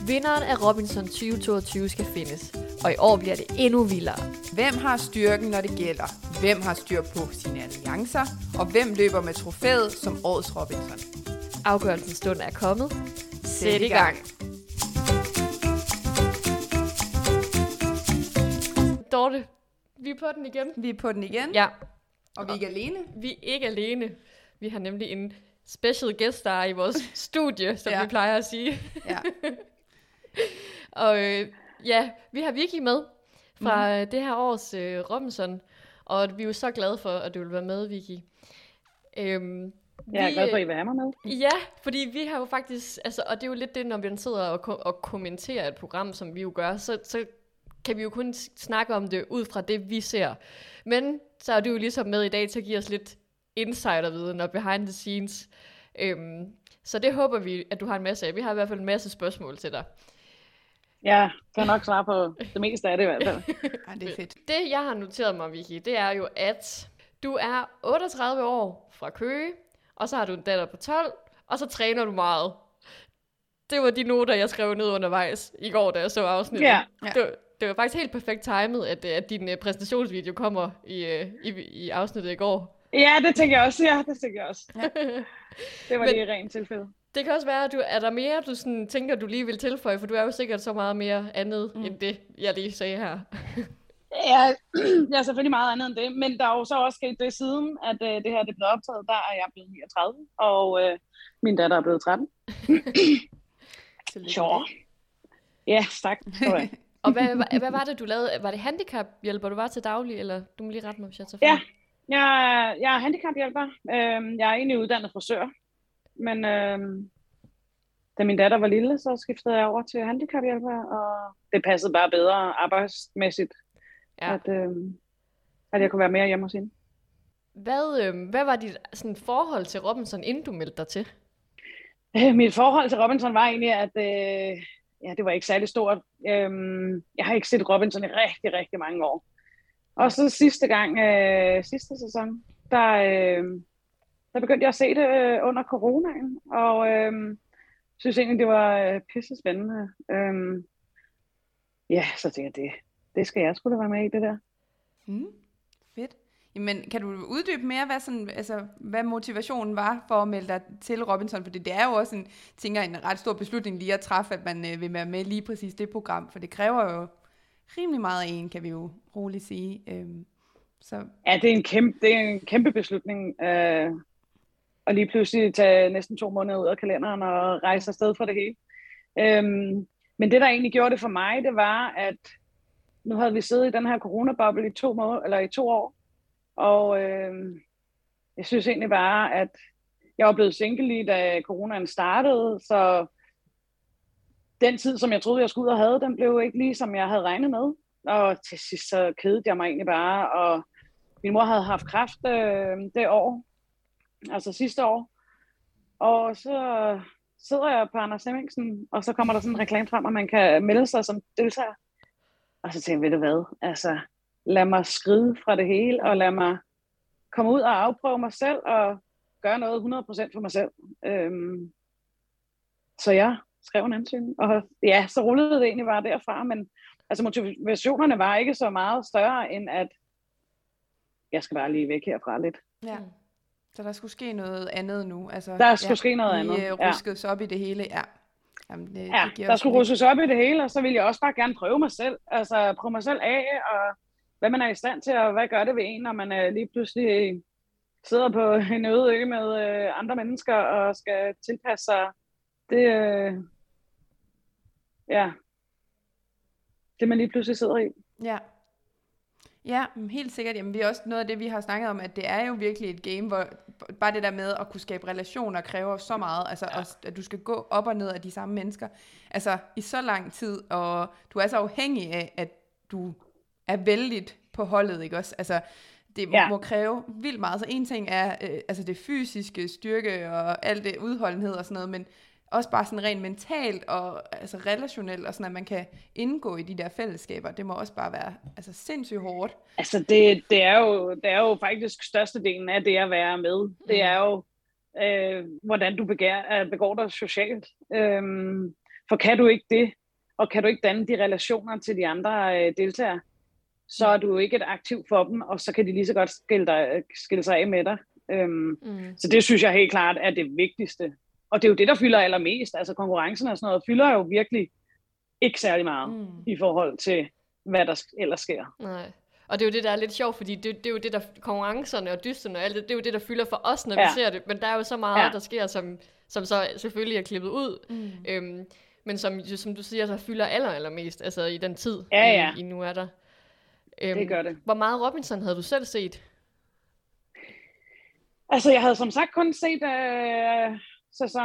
Vinderen af Robinson 2022 skal findes, og i år bliver det endnu vildere. Hvem har styrken, når det gælder? Hvem har styr på sine alliancer? Og hvem løber med trofæet som årets Robinson? Afgørelsens stund er kommet. Sæt i gang. Dorte, vi er på den igen. Vi er på den igen, Ja, og vi er ikke alene. vi er ikke alene. Vi har nemlig en special guest star i vores studie, som Ja. vi plejer at sige. Ja. Og vi har Vicky med fra det her års Robinson, og vi er jo så glade for, at du vil være med, Vicky. Jeg er glad for, at I vil have mig med. Ja, fordi vi har jo faktisk, altså, og det er jo lidt det, når vi sidder og kommenterer et program, som vi jo gør, så kan vi jo kun snakke om det ud fra det, vi ser. Men så er du jo ligesom med i dag til at give os lidt insiderviden og behind the scenes. Så det håber vi, at du har en masse af. Vi har i hvert fald en masse spørgsmål til dig. Jeg kan nok svare på det meste af det i hvert fald. Ej, det er fedt. Det, jeg har noteret mig, Vicky, det er jo, at du er 38 år fra Køge, og så har du en datter på 12, og så træner du meget. Det var de noter, jeg skrev ned undervejs i går, da jeg så afsnittet. Ja. Det var faktisk helt perfekt timet, at din præsentationsvideo kommer i afsnittet i går. Ja, det tænker jeg også. Ja, det tænker jeg også. Ja. Det var lige rent tilfælde. Det kan også være, at er der mere, du sådan, tænker, du lige vil tilføje, for du er jo sikkert så meget mere andet, end det, jeg lige sagde her. Ja, jeg er selvfølgelig meget andet end det, men der er jo så også sket det siden, at det her det blev optaget. Der er jeg blevet 39, og min datter er blevet 13. Sure. Ja, tak. Og hvad var det, du lavede? Var det handicaphjælper, du var til daglig, eller du må lige rette mig, hvis jeg tager fejl? Ja, jeg er handicaphjælper. Jeg er egentlig uddannet frisør, men da min datter var lille, så skiftede jeg over til handicaphjælper, og det passede bare bedre arbejdsmæssigt, Ja. at jeg kunne være mere hjemme hos hende. Hvad var dit sådan, forhold til Robinson, inden du meldte dig til? Mit forhold til Robinson var egentlig, at det var ikke særlig stort. Jeg har ikke set Robinson i rigtig, rigtig mange år. Og så sidste sæson, der begyndte jeg at se det under coronaen, og synes egentlig, det var pisse spændende. Så tænkte jeg, det skal jeg sgu da være med i, det der. Fedt. Jamen, kan du uddybe mere, hvad motivationen var for at melde dig til Robinson? For det er jo også en ret stor beslutning lige at træffe, at man vil være med lige præcis det program, for det kræver jo rimelig meget af en, kan vi jo roligt sige. Så. Ja, det er en kæmpe beslutning, og lige pludselig tage næsten 2 måneder ud af kalenderen og rejse afsted for det hele. Men det, der egentlig gjorde det for mig, det var, at nu havde vi siddet i den her coronaboble i 2 år, og jeg synes egentlig bare, at jeg var blevet single lige, da coronaen startede, så den tid, som jeg troede, jeg skulle ud og have, den blev ikke lige, som jeg havde regnet med. Og til sidst så kedede jeg mig egentlig bare, og min mor havde haft kræft det år, altså sidste år, og så sidder jeg på Anders Hemmingsen, og så kommer der sådan en reklame frem, og man kan melde sig som deltager. Og så tænkte jeg, ved du hvad, altså lad mig skride fra det hele, og lad mig komme ud og afprøve mig selv, og gøre noget 100% for mig selv. Så jeg skrev en ansøgning, og ja, så rullede det egentlig bare derfra, men altså motivationerne var ikke så meget større, end at jeg skal bare lige væk herfra lidt. Ja. Så der skulle ske noget andet nu? Altså, der skulle ske noget andet. Rusket op i det hele, ja. Jamen, det der skulle russes op i det hele, og så ville jeg også bare gerne prøve mig selv. Altså prøve mig selv af, og hvad man er i stand til, og hvad gør det ved en, når man lige pludselig sidder på en øde ø med andre mennesker, og skal tilpasse sig det man lige pludselig sidder i. Ja, helt sikkert. Jamen, vi er også noget af det, vi har snakket om, at det er jo virkelig et game, hvor bare det der med at kunne skabe relationer kræver så meget, altså også, at du skal gå op og ned af de samme mennesker, altså i så lang tid, og du er så afhængig af, at du er vældigt på holdet, ikke også? Altså, det må kræve vildt meget. Så en ting er altså det fysiske styrke og alt det udholdenhed og sådan noget, men også bare sådan rent mentalt og altså relationelt, og sådan at man kan indgå i de der fællesskaber. Det må også bare være altså sindssygt hårdt. Altså det er jo faktisk størstedelen af det at være med. Det er jo hvordan du begår dig socialt. For kan du ikke det, og kan du ikke danne de relationer til de andre deltagere, så er du jo ikke et aktiv for dem, og så kan de lige så godt skille sig af med dig. Så det synes jeg helt klart er det vigtigste. Og det er jo det, der fylder allermest. Altså konkurrencen og sådan noget fylder jo virkelig ikke særlig meget i forhold til, hvad der ellers sker. Nej. Og det er jo det, der er lidt sjovt, fordi det er jo det, der konkurrencerne og dysterne og alt det, det er jo det, der fylder for os, når vi ser det. Men der er jo så meget, der sker, som så selvfølgelig er klippet ud. Men som du siger, så fylder allermest, altså i den tid, I nu er der. Det gør det. Hvor meget Robinson havde du selv set? Altså, jeg havde som sagt kun set sæson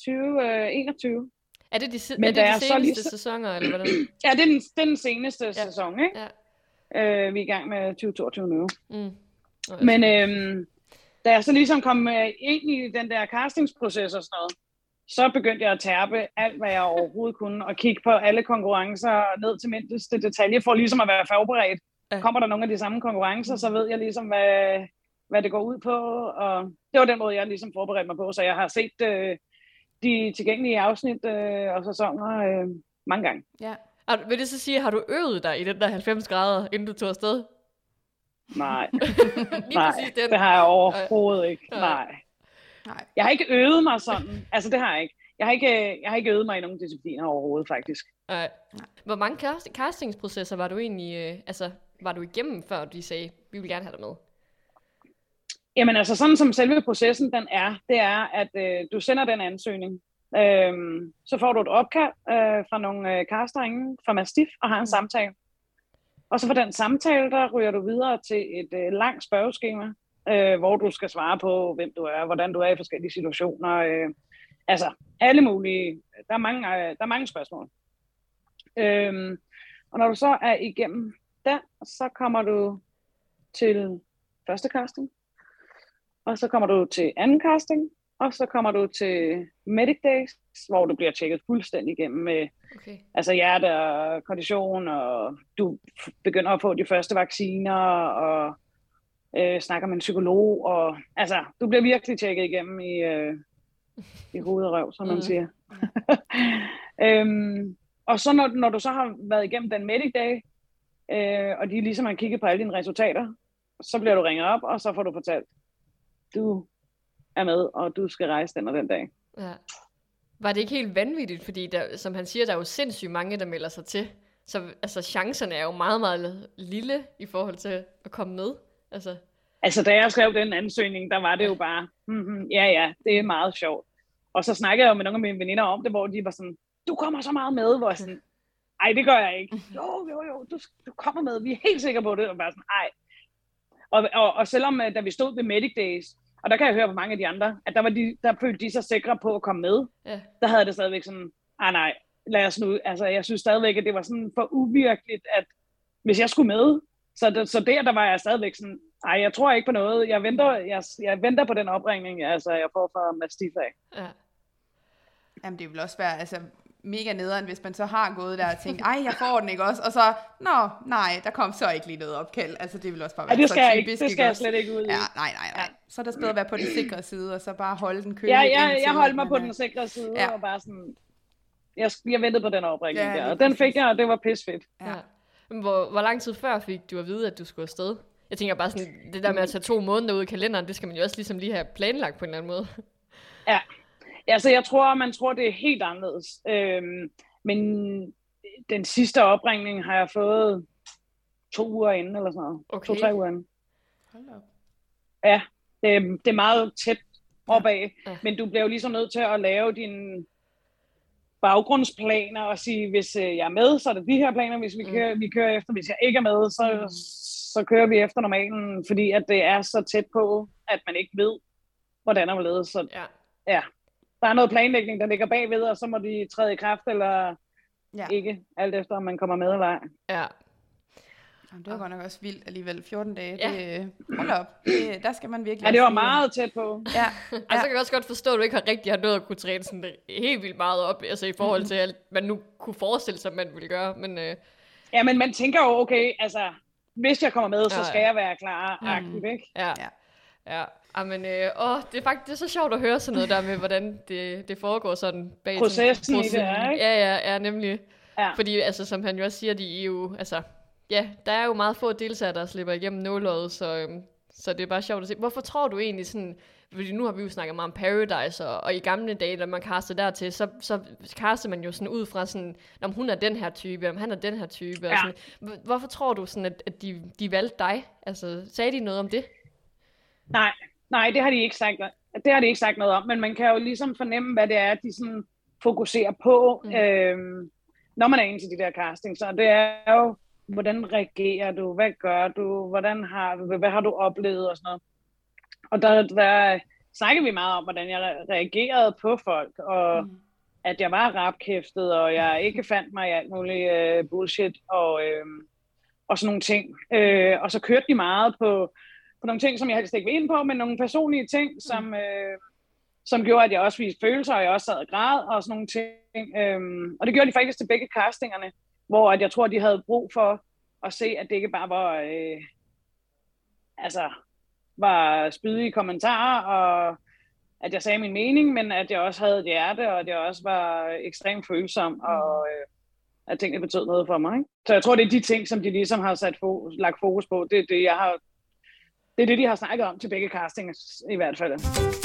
2021. Er det de seneste sæsoner, eller hvordan? Ja, det er den seneste sæson, ikke? Ja. Vi er i gang med 2022 nu. Men da jeg så ligesom kom ind i den der castingsproces og sådan noget, så begyndte jeg at tærpe alt, hvad jeg overhovedet kunne, og kigge på alle konkurrencer ned til mindste detalje, for ligesom at være forberedt. Kommer der nogle af de samme konkurrencer, så ved jeg ligesom, hvad det går ud på, og det var den måde, jeg ligesom forberedte mig på, så jeg har set de tilgængelige afsnit og sæsoner mange gange. Ja. Vil det så sige, har du øvet dig i den der 90 grader, inden du tog afsted? Nej, det har jeg overhovedet ikke. Nej. Jeg har ikke øvet mig sådan. Altså, det har jeg ikke. Jeg har ikke øvet mig i nogen discipliner overhovedet, faktisk. Nej. Hvor mange castingsprocesser var du egentlig, var du igennem, før de sagde, vi vil gerne have dig med? Jamen altså, sådan som selve processen den det er, at du sender den ansøgning. Så får du et opkald fra nogle caster ingen fra Mastiff og har en samtale. Og så for den samtale, der ryger du videre til et langt spørgeskema, hvor du skal svare på, hvem du er, hvordan du er i forskellige situationer. Altså, alle mulige. Der er mange spørgsmål. Og når du så er igennem der, så kommer du til første casting. Og så kommer du til anden casting. Og så kommer du til Medic Days, hvor du bliver tjekket fuldstændig igennem med altså hjerte og kondition, og du begynder at få de første vacciner, og snakker med en psykolog, og altså, du bliver virkelig tjekket igennem i hoved og røv, som man siger. Og så når du så har været igennem den Medic Day, og de ligesom har kigget på alle dine resultater, så bliver du ringet op, og så får du fortalt, du er med, og du skal rejse den og den dag. Ja. Var det ikke helt vanvittigt, fordi der, som han siger, der er jo sindssygt mange, der melder sig til, så altså, chancerne er jo meget, meget lille i forhold til at komme med. Altså da jeg skrev den ansøgning, der var det jo bare, ja, det er meget sjovt. Og så snakkede jeg jo med nogle af mine veninder om det, hvor de var sådan, du kommer så meget med, hvor jeg sådan, ej, det gør jeg ikke. Jo, du kommer med, vi er helt sikre på det, og bare sådan, ej. Og selvom, da vi stod ved Medic Days, og der kan jeg høre på mange af de andre, at der følte de sig sikre på at komme med. Ja. Der havde det stadigvæk sådan, nej, lad os nu. Altså, jeg synes stadigvæk, at det var sådan for uvirkeligt, at hvis jeg skulle med, så der var jeg stadigvæk sådan, jeg tror ikke på noget. Jeg venter på den opringning, altså jeg får fra Mastiff af. Ja. Jamen det vil også være mega nederen, hvis man så har gået der og tænkt, jeg får den ikke også, og så, nej, der kom så ikke lige noget opkald. Altså det vil også bare være det så typisk. Det skal jeg slet ikke ud i. Ja, nej. Så er der bedre at være på den sikre side, og så bare holde den kørende. Jeg holdt mig på den sikre side, og bare sådan, jeg ventede på den opringning der, og den fik jeg, og det var pisfedt. Ja. Hvor lang tid før fik du at vide, at du skulle afsted? Jeg tænker bare sådan, det der med at tage 2 måneder ud i kalenderen, det skal man jo også ligesom lige have planlagt på en eller anden måde. Ja. Altså, man tror, det er helt anderledes. Men den sidste opringning har jeg fået 2 uger inden, eller sådan noget. Okay. 2-3 uger inden. Hold op. Ja, det er meget tæt opad. Ja. Men du bliver jo ligesom nødt til at lave dine baggrundsplaner og sige, hvis jeg er med, så er det de her planer, hvis vi kører efter. Hvis jeg ikke er med, så kører vi efter normalen, fordi at det er så tæt på, at man ikke ved, hvordan det ledes. Så ja. Der er noget planlægning, der ligger bagved, og så må de træde i kraft, eller ikke, alt efter, om man kommer med eller ej. Ja. Jamen, det var godt nok også vildt alligevel. 14 dage, hold op. Der skal man virkelig... Ja, det var meget tæt på. Ja. Altså, jeg kan også godt forstå, at du ikke har nået at kunne træne sådan helt vildt meget op, altså i forhold til alt, man nu kunne forestille sig, man ville gøre, men... Ja, men man tænker jo, okay, altså, hvis jeg kommer med, så skal jeg være klar, aktiv, ikke? Ja. Jamen, det er faktisk det er så sjovt at høre sådan noget der med, hvordan det foregår sådan bag Processen i det er, ikke? Ja, nemlig. Ja. Fordi, altså, som han jo også siger, de er jo, altså, ja, der er jo meget få deltagere, der slipper igennem nåløjet, så det er bare sjovt at se. Hvorfor tror du egentlig sådan, fordi nu har vi jo snakket meget om Paradise, og i gamle dage, da man castede dertil, så castede man jo sådan ud fra sådan, om hun er den her type, om han er den her type. Ja. Og sådan. Hvorfor tror du sådan, at de valgte dig? Altså, sagde de noget om det? Nej, det har de ikke sagt. Det har de ikke sagt noget om, men man kan jo ligesom fornemme, hvad det er, de sådan fokuserer på, når man er inde til de der castings. Så det er jo, hvordan reagerer du? Hvad gør du? Hvad har du oplevet? Og sådan noget. Og der snakkede vi meget om, hvordan jeg reagerede på folk, og at jeg var rapkæftet, og jeg ikke fandt mig i alt muligt bullshit, og sådan nogle ting. Og så kørte de meget på nogle ting, som jeg helst ikke vil ind på, men nogle personlige ting, som gjorde, at jeg også viste følelser, og jeg også sad og græd, og sådan nogle ting. Og det gjorde de faktisk til begge castingerne, hvor at jeg tror, de havde brug for at se, at det ikke bare var spydige kommentarer, og at jeg sagde min mening, men at jeg også havde et hjerte, og at jeg også var ekstremt følsom, og at tingene betød noget for mig. Ikke? Så jeg tror, det er de ting, som de ligesom har lagt fokus på. Det er det, de har snakket om til begge castings, i hvert fald.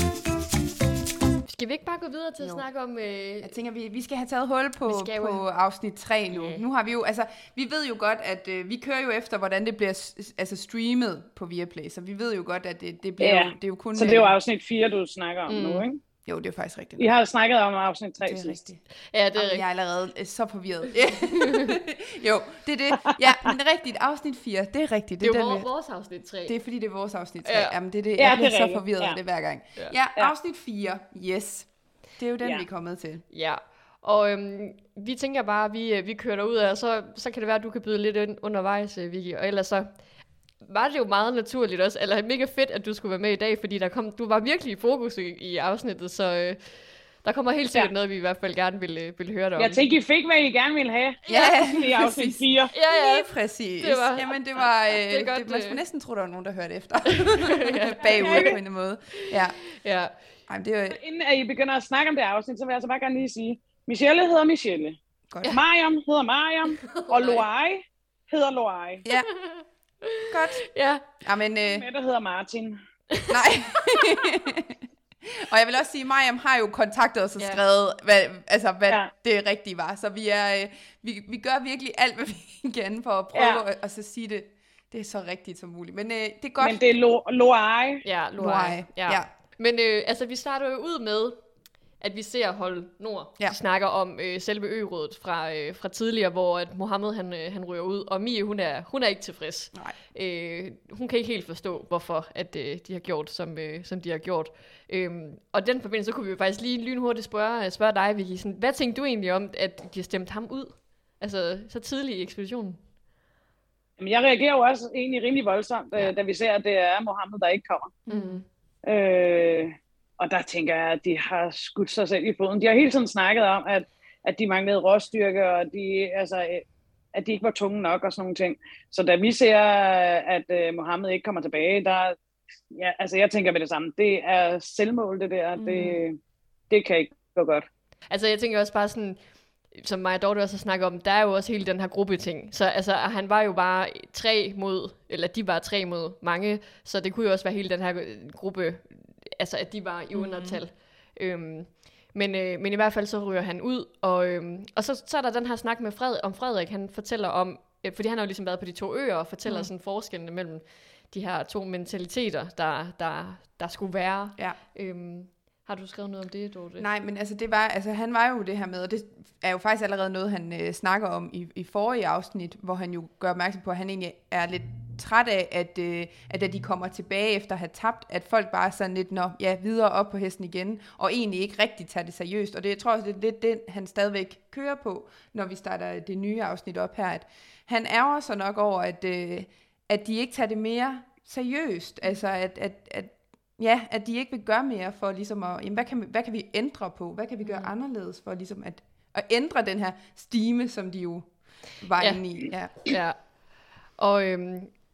Skal vi ikke bare gå videre til at snakke om... Jeg tænker, vi skal have taget hul på afsnit 3 nu. Nu har vi jo, altså, vi ved jo godt, at vi kører jo efter, hvordan det bliver streamet på Viaplay, så vi ved jo godt, at det bliver jo, det er jo kun... Så det er jo afsnit 4, du snakker om nu, ikke? Jo, det er faktisk rigtigt. I har snakket om afsnit 3 sidst. Det er rigtigt. Ja, det er rigtigt. Jeg er allerede så forvirret. Jo, det er det. Ja, men det er rigtigt. Afsnit 4, det er rigtigt. Det er jo vores afsnit 3. Det er fordi, det er vores afsnit 3. Ja. Jamen, det er det. Jeg bliver så forvirret af det hver gang. Ja, afsnit 4. Yes. Det er jo den, vi er kommet til. Ja, og vi tænker bare, at vi kører derud af, og så kan det være, at du kan byde lidt ind undervejs, Vicky. Og ellers så var det jo meget naturligt også, eller mega fedt, at du skulle være med i dag, fordi du var virkelig i fokus i afsnittet, så der kommer helt sikkert noget, vi i hvert fald gerne vil høre dig om. Jeg tænkte, I fik, hvad I gerne ville have. Ja, i afsnit 4. Ja. Lige præcis. Jamen, det var... man skulle næsten tro, der var nogen, der hørte efter. Bagud på en måde. Ja. Jamen, det var... Inden at I begynder at snakke om det afsnit, så vil jeg altså bare gerne lige sige, Michelle hedder Michelle. Godt. Mariam hedder Mariam. Og Loai hedder Loai. Ja. Godt. Ja. Jamen, Mette hedder Martin. Nej. Og jeg vil også sige, at Mariam har jo kontaktet os og skrevet, hvad det rigtige var. Så vi gør virkelig alt, hvad vi kan for at prøve at så sige det er så rigtigt som muligt. Men det er godt. Men det er Loai. Ja, Loai. Ja. Men vi starter jo ud med, at vi ser Hold Nord. De snakker om selve ø-rådet fra tidligere, hvor at Mohammed han ryger ud, og Mie, hun er ikke tilfreds. Nej. Hun kan ikke helt forstå, hvorfor at de har gjort, som de har gjort. Og den forbindelse, så kunne vi jo faktisk lige lynhurtigt spørge dig, Vicky. Sådan, hvad tænkte du egentlig om, at de har stemt ham ud? Altså, så tidligt i ekspeditionen? Jamen, jeg reagerer jo også egentlig rimelig voldsomt, da vi ser, at det er Mohammed, der ikke kommer. Mm. Og der tænker jeg, at de har skudt sig selv i foden. De har hele tiden snakket om, at de manglede råstyrke, og at de ikke var tunge nok og sådan nogle ting. Så da vi ser, at Mohammed ikke kommer tilbage, jeg tænker med det samme. Det er selvmål, det der. Det kan ikke gå godt. Altså, jeg tænker også bare sådan, som mig og Dorte også har snakket om, der er jo også hele den her gruppeting. Så altså, han var jo bare de var 3 mod mange, så det kunne jo også være hele den her gruppe, altså at de var i undertal. Men i hvert fald så ryger han ud, og så er der den her snak med Frederik, han fortæller om, fordi han har jo ligesom været på de 2 øer, og fortæller sådan forskellene mellem de her 2 mentaliteter, der skulle være. Ja. Har du skrevet noget om det, Dorte? Nej, men han var jo det her med, og det er jo faktisk allerede noget, han snakker om i forrige afsnit, hvor han jo gør opmærksom på, at han egentlig er lidt træt af, at da de kommer tilbage efter at have tabt, at folk bare sådan lidt, videre op på hesten igen, og egentlig ikke rigtig tager det seriøst. Og det, jeg tror også, det er lidt det, han stadigvæk kører på, når vi starter det nye afsnit op her, at han ærger sig nok over, at de ikke tager det mere seriøst, altså at de ikke vil gøre mere for ligesom at, hvad kan vi ændre på? Hvad kan vi gøre anderledes for ligesom at ændre den her stime, som de jo var inde i? Ja. Ja.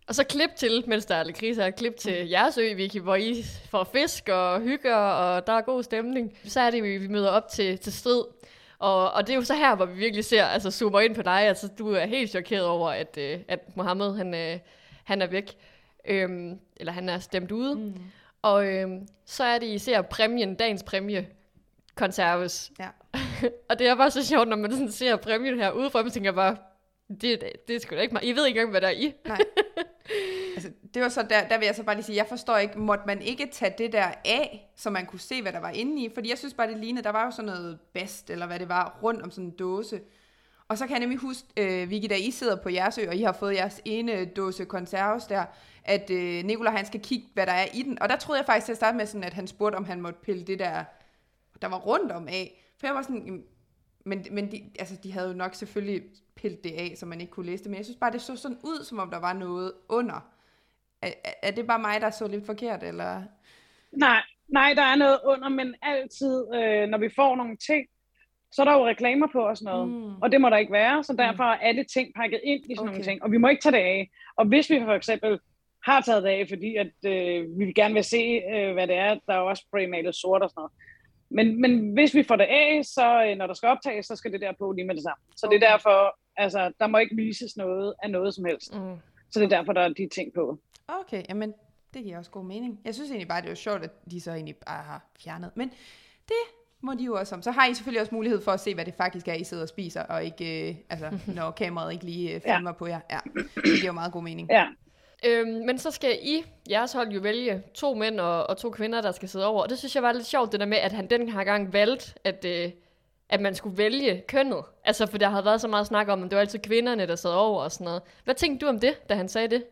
Og så klip til, mens der er lidt kriser, klip til jeres ø, Vicky, hvor I får fisk og hygger, og der er god stemning. Så er det, vi møder op til strid. Og det er jo så her, hvor vi virkelig ser, altså zoomer ind på dig, altså du er helt chokeret over, at Mohammed, han er væk. Eller han er stemt ude. Og så er det, I ser præmien, dagens præmie, konserves. Ja. Og det er bare så sjovt, når man sådan ser præmien her udefra, man tænker bare, det er sgu da ikke meget. I ved ikke engang, hvad der er i. Nej. Altså, det var så der vil jeg så bare lige sige, jeg forstår ikke, måtte man ikke tage det der af, så man kunne se, hvad der var inde i? Fordi jeg synes bare, det lignede, der var jo sådan noget bast, eller hvad det var, rundt om sådan en dåse. Og så kan jeg nemlig huske, Vicky, da I sidder på jeres ø, og I har fået jeres ene dåse konserves der, at Nicolaj, han skal kigge, hvad der er i den. Og der troede jeg faktisk til at starte med sådan, at han spurgte, om han måtte pille det der var rundt om af. For jeg var sådan, men de havde jo nok selvfølgelig pillet det af, så man ikke kunne læse det. Men jeg synes bare, det så sådan ud, som om der var noget under. Er det bare mig, der så lidt forkert, eller? Nej, der er noget under, men altid, når vi får nogle ting, så er der jo reklamer på og sådan noget. Og det må der ikke være, så derfor er alle ting pakket ind i sådan nogle ting. Og vi må ikke tage det af. Og hvis vi for eksempel har taget det af, fordi at, vi gerne vil se, hvad det er, der er jo også spraymalet sort og sådan noget. Men hvis vi får det af, så når der skal optages, så skal det der på lige med det samme. Så det er derfor, altså, der må ikke vises noget af noget som helst. Så det er derfor, der er de ting på. Okay, jamen, det giver også god mening. Jeg synes egentlig bare, det var sjovt, at de så egentlig bare har fjernet. Men det må de jo også om. Så har I selvfølgelig også mulighed for at se, hvad det faktisk er, I sidder og spiser, og ikke, når kameraet ikke lige filmer på jer. Ja, det giver jo meget god mening. Ja. Men så skal jeres hold jo vælge 2 mænd og 2 kvinder, der skal sidde over. Og det synes jeg var lidt sjovt, det der med, at han den her gang valgte, at man skulle vælge kønnet. Altså, for der havde været så meget snak om, at det var altid kvinderne, der sad over og sådan noget. Hvad tænkte du om det, da han sagde det?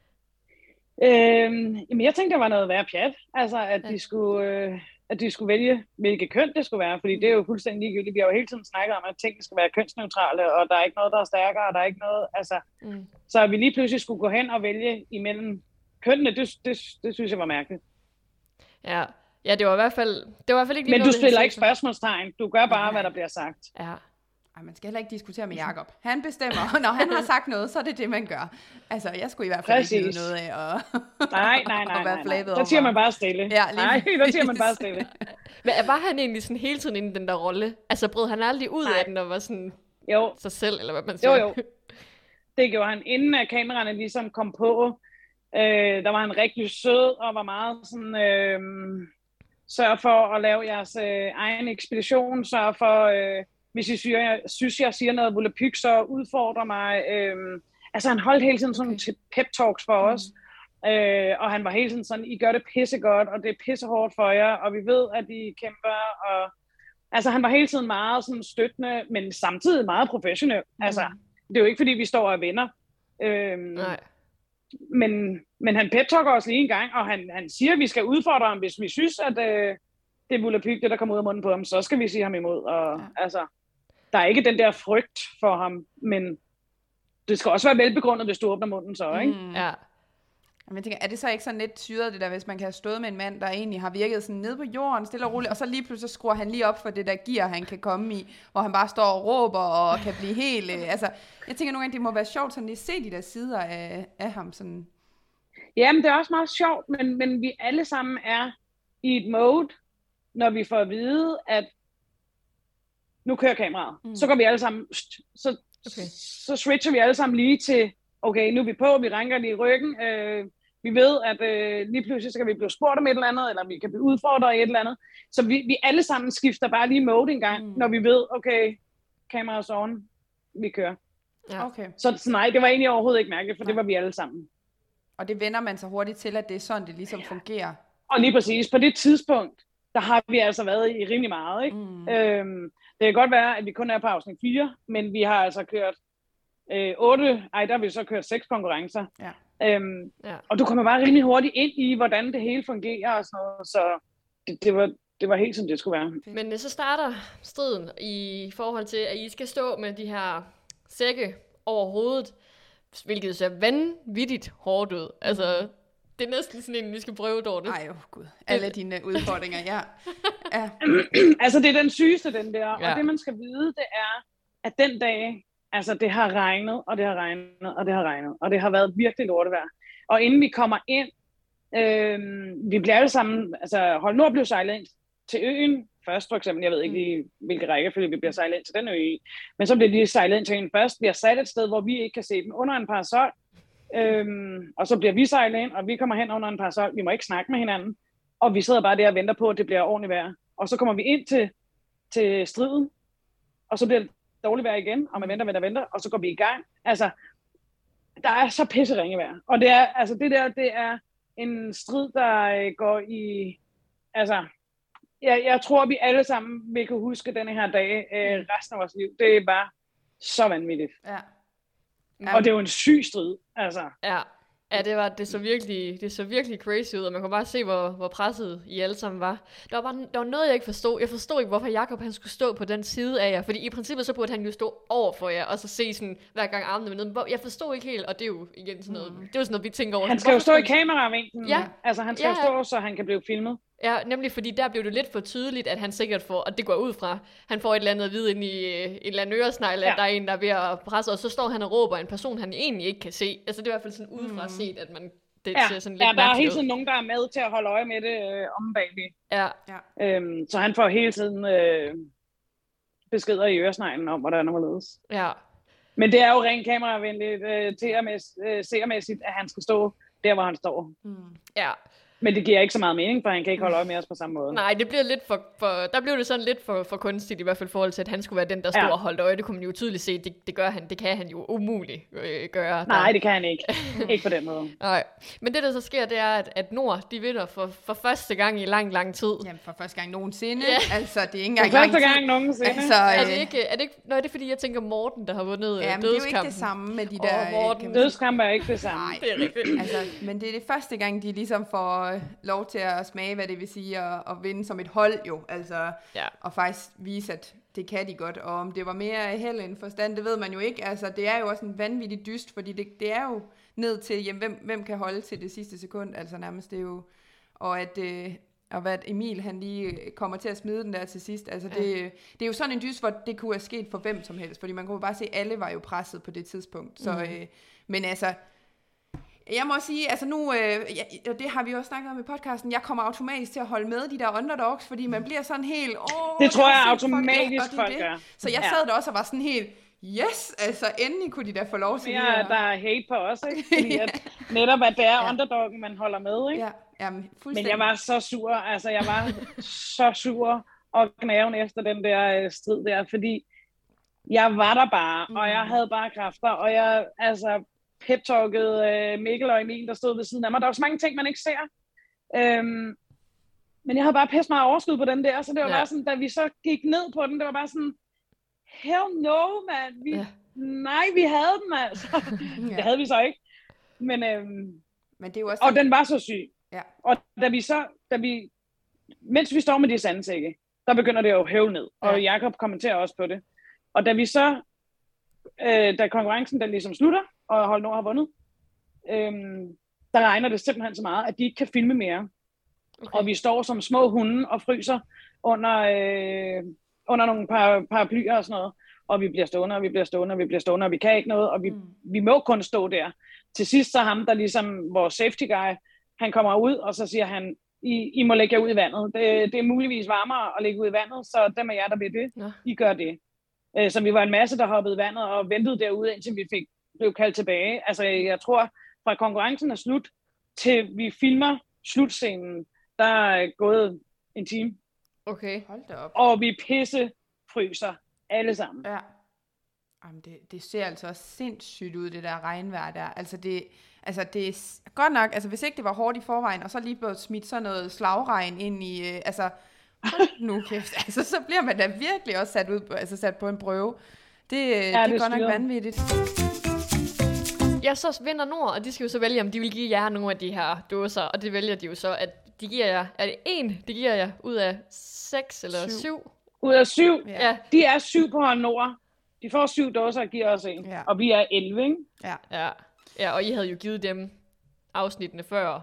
Jamen, jeg tænkte, det var noget værre pjat. Altså, at de skulle vælge, hvilket køn det skulle være. Fordi det er jo fuldstændig ligegyldigt. Vi har jo hele tiden snakket om, at tingene skal være kønsneutrale, og der er ikke noget, der er stærkere, og der er ikke noget, altså. Så at vi lige pludselig skulle gå hen og vælge imellem kønnene, det synes jeg var mærkeligt. Ja, det var i hvert fald ikke lige. Men du stiller ikke spørgsmålstegn. Du gør bare, hvad der bliver sagt. Ja. Ej, man skal heller ikke diskutere med Jakob. Han bestemmer, og når han har sagt noget, så er det det, man gør. Altså, jeg skulle i hvert fald ikke vide noget af at være flabet over. Der siger man bare stille. Ja, der siger man bare stille. Men var han egentlig sådan hele tiden inde i den der rolle? Altså, brød han aldrig ud af den og var sådan sig selv, eller hvad man siger? Jo. Det gjorde han, inden kameraerne ligesom kom på. Der var han rigtig sød og var meget sådan, sørg for at lave jeres egen ekspedition, sørg for... hvis I synes, jeg siger noget volapyk, så udfordrer mig. Altså, han holdt hele tiden sådan pep-talks for os. Og han var hele tiden sådan, I gør det pissegodt, og det er pissehårdt for jer, og vi ved, at I kæmper. Og... Altså, han var hele tiden meget sådan støttende, men samtidig meget professionel. Altså, det er jo ikke, fordi vi står og er venner. Nej. Men han pep-talker os lige en gang, og han siger, at vi skal udfordre ham, hvis vi synes, at det er volapyk, det der kommer ud af munden på ham, så skal vi sige ham imod. Og altså... Der er ikke den der frygt for ham, men det skal også være velbegrundet, hvis du åbner munden så, ikke? Ja. Men jeg tænker, er det så ikke sådan lidt syret, det der, hvis man kan have stået med en mand, der egentlig har virket sådan nede på jorden, stille og roligt, og så lige pludselig skruer han lige op for det der gear, han kan komme i, hvor han bare står og råber og kan blive helt... altså, jeg tænker nogle gange, det må være sjovt sådan lige se de der sider af ham sådan... Jamen, det er også meget sjovt, men vi alle sammen er i et mode, når vi får at vide, at nu kører kameraet. Så går vi alle sammen, så switcher vi alle sammen lige til, okay, nu er vi på, vi ranker lige i ryggen, vi ved, at lige pludselig så kan vi blive spurgt om et eller andet, eller vi kan blive udfordret i et eller andet. Så vi alle sammen skifter bare lige mode en gang, når vi ved, okay, kameraet er on, vi kører. Ja. Okay. Så nej, det var egentlig overhovedet ikke mærkeligt, for det var vi alle sammen. Og det vender man så hurtigt til, at det er sådan, det ligesom fungerer. Og lige præcis, på det tidspunkt, der har vi altså været i rimelig meget, ikke? Det kan godt være, at vi kun er på afsnit 4, men vi har altså kørt 8, der har vi så kørt 6 konkurrencer. Ja. Og du kommer bare rimelig hurtigt ind i, hvordan det hele fungerer og sådan noget, så det var helt som det skulle være. Men så starter striden i forhold til, at I skal stå med de her sække over hovedet, hvilket ser vanvittigt hårdt ud. Altså, det er næsten sådan en, vi skal prøve, Dorte. Ej, gud. Alle dine udfordringer, ja. Altså, det er den sygeste, den der. Ja. Og det, man skal vide, det er, at den dag, altså, det har regnet, og det har regnet, og det har regnet. Og det har været virkelig lortevejr. Og inden vi kommer ind, vi bliver alle sammen, altså Hold Nord blev sejlet ind til øen først, for eksempel. Jeg ved ikke lige, hvilke rækkefølge vi bliver sejlet ind til den ø i. Men så bliver de sejlet ind til øen først. Vi har sat et sted, hvor vi ikke kan se dem under en parasol. Og så bliver vi sejlet ind, og vi kommer hen under en parasol. Vi må ikke snakke med hinanden. Og vi sidder bare der og venter på, at det bliver ordentligt vejr. Og så kommer vi ind til striden, og så bliver det dårligt vejr igen, og man venter, og så går vi i gang. Altså, der er så pisseringe vejr. Og det er, altså det er en strid, der går i, altså, jeg tror, vi alle sammen vil kunne huske denne her dag resten af vores liv. Det er bare så vanvittigt. Ja. Og det er jo en syg strid, altså. Ja, det så virkelig crazy ud, og man kunne bare se, hvor presset I alle sammen var. Der var noget, jeg ikke forstod. Jeg forstod ikke, hvorfor Jakob han skulle stå på den side af jer, fordi i princippet så burde han jo stå over for jer, og så se sådan, hver gang armene var nede. Jeg forstod ikke helt, og det er jo igen sådan noget, det er jo sådan noget, vi tænker over. Han skal jo stå i kameravinklen. Ja. Altså, han skal jo stå, så han kan blive filmet. Ja, nemlig fordi der blev det lidt for tydeligt, at han sikkert får, og det går ud fra, han får et eller andet at vide ind i en eller anden øresnegl, at der er en, der er ved at presse, og så står han og råber en person, han egentlig ikke kan se. Altså det er i hvert fald sådan udefra set, at man det ser sådan lidt der er hele tiden nogen, der er med til at holde øje med det om bagved. Ja. Så han får hele tiden beskeder i øresneglen om, hvordan der må ledes. Ja. Men det er jo rent kameravenligt seermæssigt, at han skal stå der, hvor han står. Ja. Men det giver ikke så meget mening, for han kan ikke holde øje med os på samme måde. Nej, det bliver lidt der blev det sådan lidt for kunstigt, i hvert fald i forhold til, at han skulle være den, der stod og holdt øje. Det kunne man jo tydeligt se, det kan han jo umuligt gøre. Nej, det kan han ikke. Ikke på den måde. Nej, men det der så sker, det er, at Nord, de vinder for første gang i lang tid. Jamen, for første gang nogensinde. Ja. Altså, det er ikke engang for første gang nogensinde. Altså, er det ikke, det er fordi, jeg tænker Morten, der har vundet dødskampen. det er jo ikke det samme med de der... Dødskamp er ikke det samme. Nej, det er rigtigt. Altså, men det er det første gang, de ligesom får lov til at smage, hvad det vil sige at vinde som et hold jo, altså, og faktisk vise, at det kan de godt, og om det var mere held end forstand, det ved man jo ikke, altså, det er jo også en vanvittig dyst, fordi det er jo ned til, jamen, hvem kan holde til det sidste sekund, altså nærmest, det er jo, og hvad Emil, han lige kommer til at smide den der til sidst, altså, det er jo sådan en dyst, hvor det kunne have sket for hvem som helst, fordi man kunne bare se, at alle var jo presset på det tidspunkt, så, men altså, jeg må sige, altså nu, og det har vi også snakket om i podcasten, jeg kommer automatisk til at holde med de der underdogs, fordi man bliver sådan helt, det tror jeg automatisk folk gør. Så jeg sad der også og var sådan helt, yes, altså endelig kunne de da få lov til det her. Der er hate på os, ikke? Fordi at netop, at det er underdoggen, man holder med, ikke? Ja, jamen, men jeg var så sur, altså jeg var så sur og gnaven efter den der strid der, fordi jeg var der bare, og jeg havde bare kræfter, og jeg, altså, pep-talkede Mikkel og Emil, der stod ved siden af mig. Der var så mange ting, man ikke ser. Men jeg havde bare pisse meget overskud på den der, så det var bare sådan, da vi så gik ned på den, det var bare sådan, hell no, man. Nej, vi havde den, altså. Det havde vi så ikke. Men det er jo også og den var så syg. Ja. Og mens vi står med de sandsække, der begynder det jo at høvle ned. Og Jakob kommenterer også på det. Og da vi så, da konkurrencen den ligesom slutter, og Hold Nord har vundet, der regner det simpelthen så meget, at de ikke kan filme mere. Okay. Og vi står som små hunde og fryser under nogle paraplyer og sådan noget, og vi bliver stående, og vi kan ikke noget, og vi må kun stå der. Til sidst så ham, der ligesom vores safety guy, han kommer ud, og så siger han, I må lægge jer ud i vandet. Det er muligvis varmere at lægge ud i vandet, så dem af jer, der vil det, I gør det. Så vi var en masse, der hoppede i vandet og ventede derude, indtil vi blev kaldt tilbage. Altså, jeg tror, fra konkurrencen er slut, til vi filmer slutscenen, der er gået en time. Okay. Hold da op. Og vi fryser alle sammen. Ja. Jamen, det ser altså også sindssygt ud, det der regnvejr der. Altså, det er godt nok, altså hvis ikke det var hårdt i forvejen, og så lige blevet smidt sådan noget slagregn ind i, altså, nu kæft, altså, så bliver man da virkelig også sat på en prøve. Det er godt nok vanvittigt. Ja, så vinder Nord, og de skal jo så vælge, om de vil give jer nogle af de her dåser, og det vælger de jo så, at de giver jer, er det 1, de giver jer ud af 6 eller 7? Ud af 7? Ja. De er 7 på Hold Nord. De får 7 dåser og giver os 1. Ja. Og vi er 11, ikke? Ja, og I havde jo givet dem afsnittene før.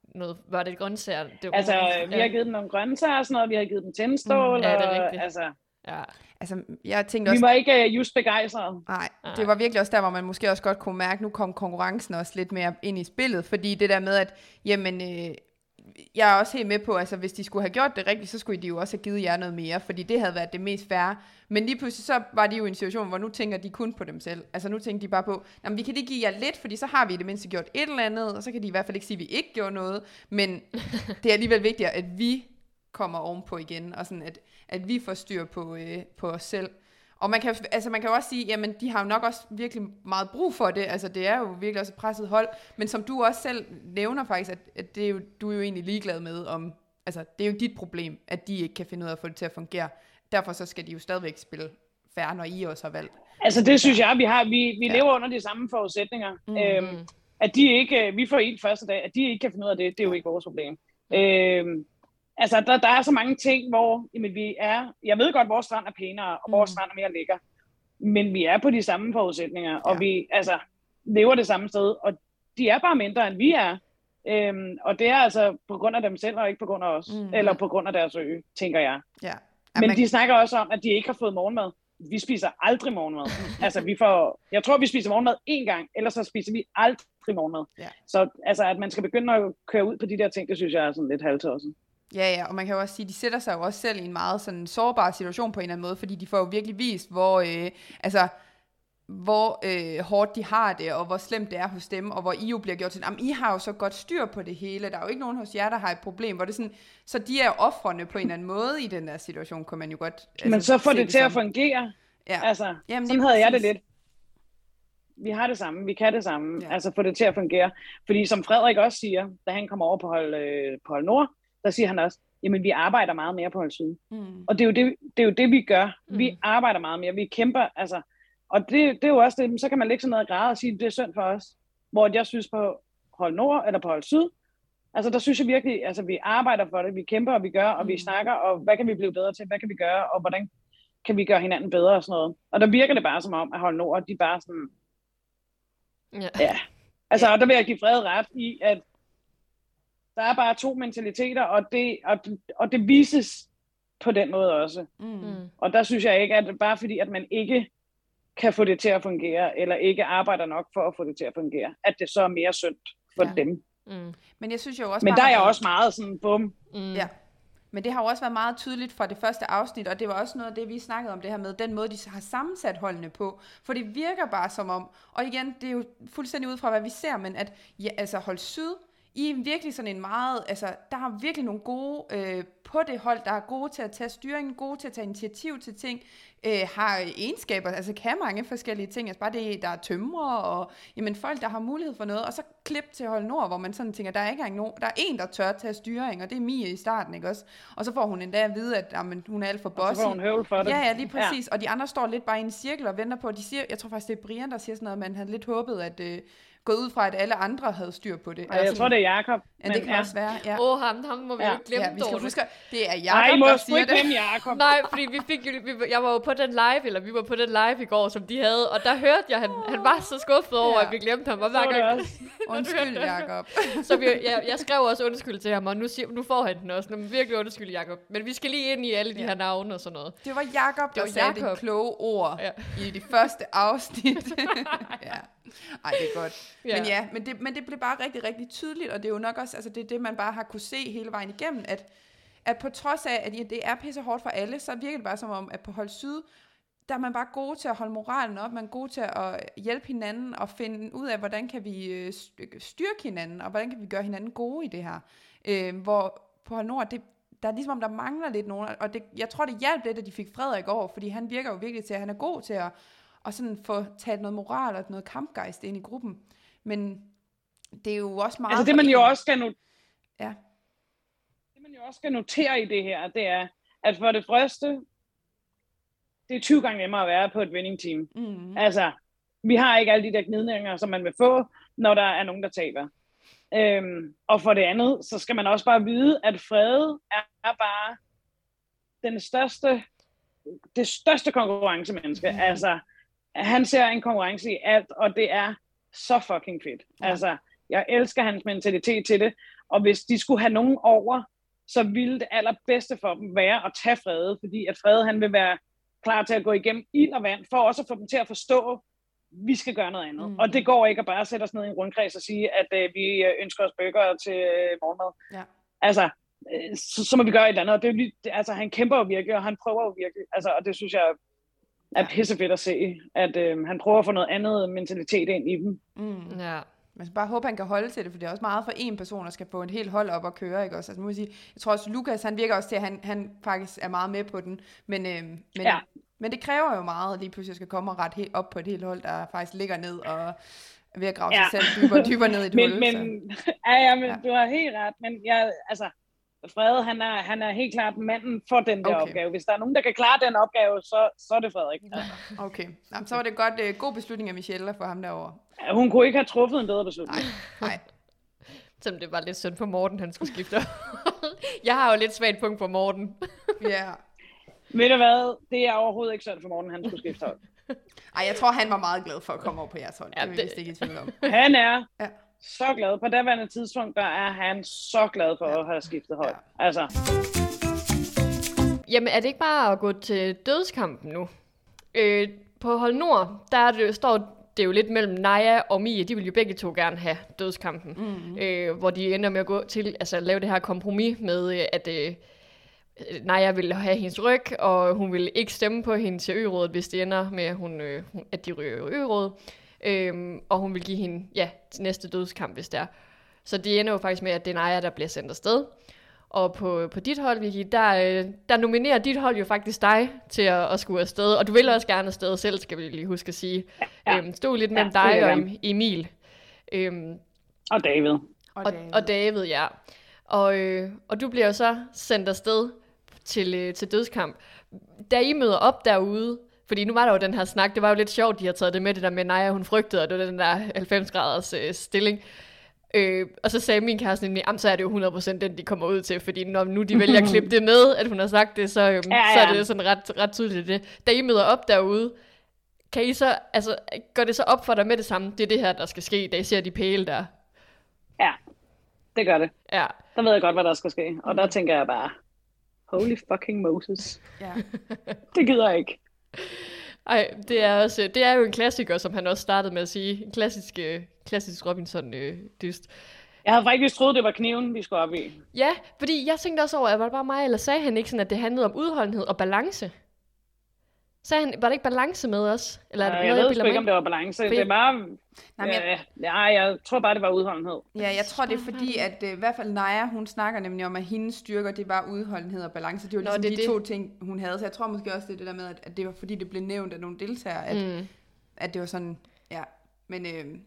Var det grøntsager? Vi har givet dem nogle grøntsager og sådan noget. Vi har givet dem tændstål. Ja, det er rigtigt. Altså, Ja. Altså, jeg tænkte Vi også... var ikke just begejstrede. Nej, det var virkelig også der, hvor man måske også godt kunne mærke, nu kom konkurrencen også lidt mere ind i spillet, fordi det der med, at jamen, jeg er også helt med på, altså hvis de skulle have gjort det rigtigt, så skulle de jo også have givet jer noget mere, fordi det havde været det mest fair. Men lige pludselig så var de jo i en situation, hvor nu tænker de kun på dem selv. Altså nu tænker de bare på, jamen vi kan lige give jer lidt, fordi så har vi i det mindste gjort et eller andet, og så kan de i hvert fald ikke sige, at vi ikke gjorde noget, men det er alligevel vigtigt, at vi kommer ovenpå igen, og sådan at vi får styr på os selv. Og man kan jo også sige, jamen de har jo nok også virkelig meget brug for det, altså det er jo virkelig også et presset hold, men som du også selv nævner faktisk, at det er jo, du er jo egentlig ligeglad med, om, altså det er jo dit problem, at de ikke kan finde ud af at få det til at fungere. Derfor så skal de jo stadigvæk spille fair, når I også har valgt. Altså det synes jeg, vi lever under de samme forudsætninger. At de ikke, vi får en første dag, at de ikke kan finde ud af det, det er jo ikke vores problem. Altså, der er så mange ting, hvor jamen, jeg ved godt, at vores strand er pænere, og vores strand er mere lækker, men vi er på de samme forudsætninger, og vi lever det samme sted, og de er bare mindre, end vi er. Og det er altså på grund af dem selv, og ikke på grund af os, eller på grund af deres ø, tænker jeg. Ja. Men de snakker også om, at de ikke har fået morgenmad. Vi spiser aldrig morgenmad. Altså, jeg tror, vi spiser morgenmad én gang, ellers så spiser vi aldrig morgenmad. Ja. Så altså, at man skal begynde at køre ud på de der ting, det synes jeg er sådan lidt halvtosset. Ja, og man kan jo også sige, de sætter sig jo også selv i en meget sådan sårbar situation på en eller anden måde, fordi de får jo virkelig vist, hvor hårdt de har det, og hvor slemt det er hos dem, og hvor I jo bliver gjort til, I har jo så godt styr på det hele, der er jo ikke nogen hos jer, der har et problem, hvor det sådan, så de er jo ofrene på en eller anden måde i den der situation, kan man jo godt... Men så får det til at fungere. Ja. Altså, jamen, sådan havde jeg det lidt. Vi har det samme, vi kan det samme, altså få det til at fungere. Fordi som Frederik også siger, da han kommer over på hold Nord, der siger han også, jamen vi arbejder meget mere på hold Syd. Og det er jo det, vi gør. Vi arbejder meget mere, vi kæmper, altså. Og det er jo også det, så kan man lægge sådan noget græde og sige, det er synd for os. Hvor jeg synes på hold Nord eller på hold Syd, altså der synes jeg virkelig, altså vi arbejder for det, vi kæmper og vi gør, og vi snakker, og hvad kan vi blive bedre til, hvad kan vi gøre, og hvordan kan vi gøre hinanden bedre og sådan noget. Og der virker det bare som om, at hold Nord, de bare sådan, altså og der vil jeg give Frede ret i, at der er bare to mentaliteter, og det vises på den måde også. Og der synes jeg ikke, at bare fordi, at man ikke kan få det til at fungere, eller ikke arbejder nok for at få det til at fungere, at det så er mere synd for dem. Men jeg synes jo også men der er jeg også meget sådan, bum. Ja. Men det har jo også været meget tydeligt fra det første afsnit, og det var også noget af det, vi snakkede om det her med, den måde, de har sammensat holdene på. For det virker bare som om, og igen, det er jo fuldstændig ud fra, hvad vi ser, men at altså hold Syd, I er virkelig sådan en meget, altså der er virkelig nogle gode på det hold, der er gode til at tage styringen, gode til at tage initiativ til ting, har egenskaber, altså kan mange forskellige ting, altså bare det, der er tømrere, og jamen folk, der har mulighed for noget, og så klip til hold Nord, hvor man sådan tænker, der er ikke engang der er en, der tør at tage styring, og det er Mie i starten, ikke også? Og så får hun endda at vide, at jamen, hun er alt for bossy. Og så får hun høvl for det. Ja, lige præcis, og de andre står lidt bare i en cirkel og venter på, at de siger, jeg tror faktisk, det er Brian, der siger sådan noget, man havde lidt håbet, at gået ud fra, at alle andre havde styr på det. Jeg tror, det er Jakob. Ja, det kan også være. Ja. Ham må vi jo ikke glemme. Vi skal huske, det er Jakob, der siger det. Nej, I må sgu ikke glemme Jakob. Nej, fordi jeg var jo på den live, eller vi var på den live i går, som de havde, og der hørte jeg, han var så skuffet over, at vi glemte ham. Og hver gang, undskyld, Jakob. Så jeg skrev også undskyld til ham, og nu får han den også. Virkelig undskyld, Jakob. Men vi skal lige ind i alle de her navne og sådan noget. Det var Jakob, der sagde det kloge ord i de første afsnit. Ej, det er godt. Men det blev bare rigtig, rigtig tydeligt, og det er jo nok også, altså det er det, man bare har kunne se hele vejen igennem, at på trods af, at det er pisse hårdt for alle, så virker det bare som om, at på hold Syd, der er man bare god til at holde moralen op, man er god til at hjælpe hinanden, og finde ud af, hvordan kan vi styrke hinanden, og hvordan kan vi gøre hinanden gode i det her. Hvor på hold Nord, der er ligesom om, der mangler lidt nogen, og jeg tror, det hjalp lidt, at de fik Frederik over, fordi han virker jo virkelig til, at han er god til at og sådan få taget noget moral og noget kampgejst ind i gruppen. Men det er jo også meget... Altså det man jo også skal notere i det her, det er, at for det første, det er 20 gange nemmere at være på et winning team. Altså, vi har ikke alle de der gnidninger, som man vil få, når der er nogen, der taber. Og for det andet, så skal man også bare vide, at Frede er bare det største konkurrencemenneske. Altså, han ser en konkurrence i alt, og det er så fucking fedt. Altså, jeg elsker hans mentalitet til det, og hvis de skulle have nogen over, så ville det allerbedste for dem være at tage Frede, fordi at Frede, han vil være klar til at gå igennem ild og vand, for også at få dem til at forstå, at vi skal gøre noget andet. Og det går ikke at bare sætte os ned i en rundkreds og sige, at vi ønsker os burger til morgenmad. Ja. Altså, så må vi gøre et eller andet. Og det er altså, han kæmper jo virkelig, og han prøver jo virkelig. Altså, og det synes jeg er pissefedt at se, at han prøver at få noget andet mentalitet ind i dem. Ja. Man skal bare håbe, han kan holde til det, for det er også meget for en person, der skal få et helt hold op og køre, ikke også? Altså, må jeg sige, jeg tror også, Lukas, han virker også til, at han faktisk er meget med på den, men det kræver jo meget, at lige pludselig skal komme og rette helt op på et helt hold, der faktisk ligger ned og er ved at grave sig selv dybere og dybere ned i et hul. Men du har helt ret, men Frede, han er helt klart manden for den der opgave. Hvis der er nogen, der kan klare den opgave, så er det Frederik. Okay, jamen, så var det godt god beslutning af Michelle at få ham derover. Ja, hun kunne ikke have truffet en bedre beslutning. Nej. Som det var lidt synd for Morten, han skulle skifte. Jeg har jo lidt svagt punkt for Morten. Ja. Ved du hvad? Det er overhovedet ikke synd for Morten, han skulle skifte hold. Ej, jeg tror, han var meget glad for at komme over på jeres hold. Det er vi vist ikke i tvivl om. Han er så glad. På daværende tidspunkt, der er han så glad for at have skiftet hold. Ja. Altså. Jamen, er det ikke bare at gå til dødskampen nu? På hold Nord, står det jo lidt mellem Naja og Mie. De vil jo begge to gerne have dødskampen. Hvor de ender med at gå til, altså lave det her kompromis med, at Naja vil have hendes ryg, og hun vil ikke stemme på hende til ø-rådet, hvis det ender med, at de ryger ø-rådet. Og hun vil give hende, til næste dødskamp, hvis det er. Så det ender jo faktisk med, at det er Naja, der bliver sendt afsted. Og på dit hold, Vicky, der nominerer dit hold jo faktisk dig til at skulle afsted. Og du vil også gerne afsted selv, skal vi lige huske at sige. Stod lidt mellem dig og Emil. Og David. Og David, ja. Og du bliver jo så sendt afsted til dødskamp. Da I møder op derude, fordi nu var der jo den her snak, det var jo lidt sjovt, de har taget det med, det der med Naja, hun frygtede, og det var den der 90 graders stilling. Og så sagde min kæreste nemlig, så er det jo 100% den, de kommer ud til, fordi når nu de vælger at klippe det med, at hun har sagt det, så er det sådan ret tydeligt det. Da I møder op derude, kan I så, altså, går det så op for dig med det samme? Det er det her, der skal ske, da I ser de pæle der. Ja, det gør det. Ja. Der ved jeg godt, hvad der skal ske. Og der tænker jeg bare, holy fucking Moses. Ja. Det gider jeg ikke. Ej, det er jo en klassiker, som han også startede med at sige. En klassisk Robinson-dyst. Jeg havde faktisk troet, det var kniven, vi skulle op i. Ja, fordi jeg tænkte også over, at var det bare mig, eller sagde han ikke sådan, at det handlede om udholdenhed og balance? Sagde han, var det ikke balance med os? Eller jeg ved sgu ikke, om det var balance. Det var... jeg tror bare, det var udholdenhed. Ja, jeg tror, det er fordi, at i hvert fald Naja, hun snakker nemlig om, at hendes styrker, det var udholdenhed og balance. Det var ligesom de to ting, hun havde. Så jeg tror måske også, det er det der med, at det var fordi, det blev nævnt af nogle deltagere, at det var sådan, ja. Men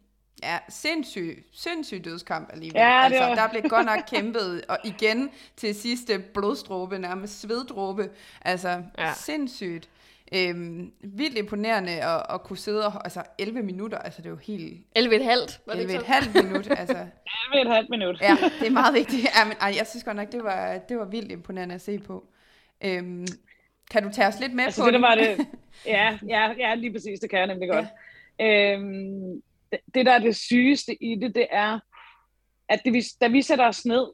sindssyg dødskamp alligevel. Ja, der blev godt nok kæmpet, og igen til sidste blodstråbe, nærmest sveddråbe. Altså, sindssygt. Vildt imponerende at kunne sidde og, 11 minutter, altså det er jo helt... 11,5 minut, altså. 11,5 minut. Ja, det er meget vigtigt. Ja, men, jeg synes godt nok, det var vildt imponerende at se på. Kan du tage os lidt med på det? Var det. Ja, lige præcis, det kan jeg nemlig godt. Det der er det sygeste i det er, at da vi sætter os ned,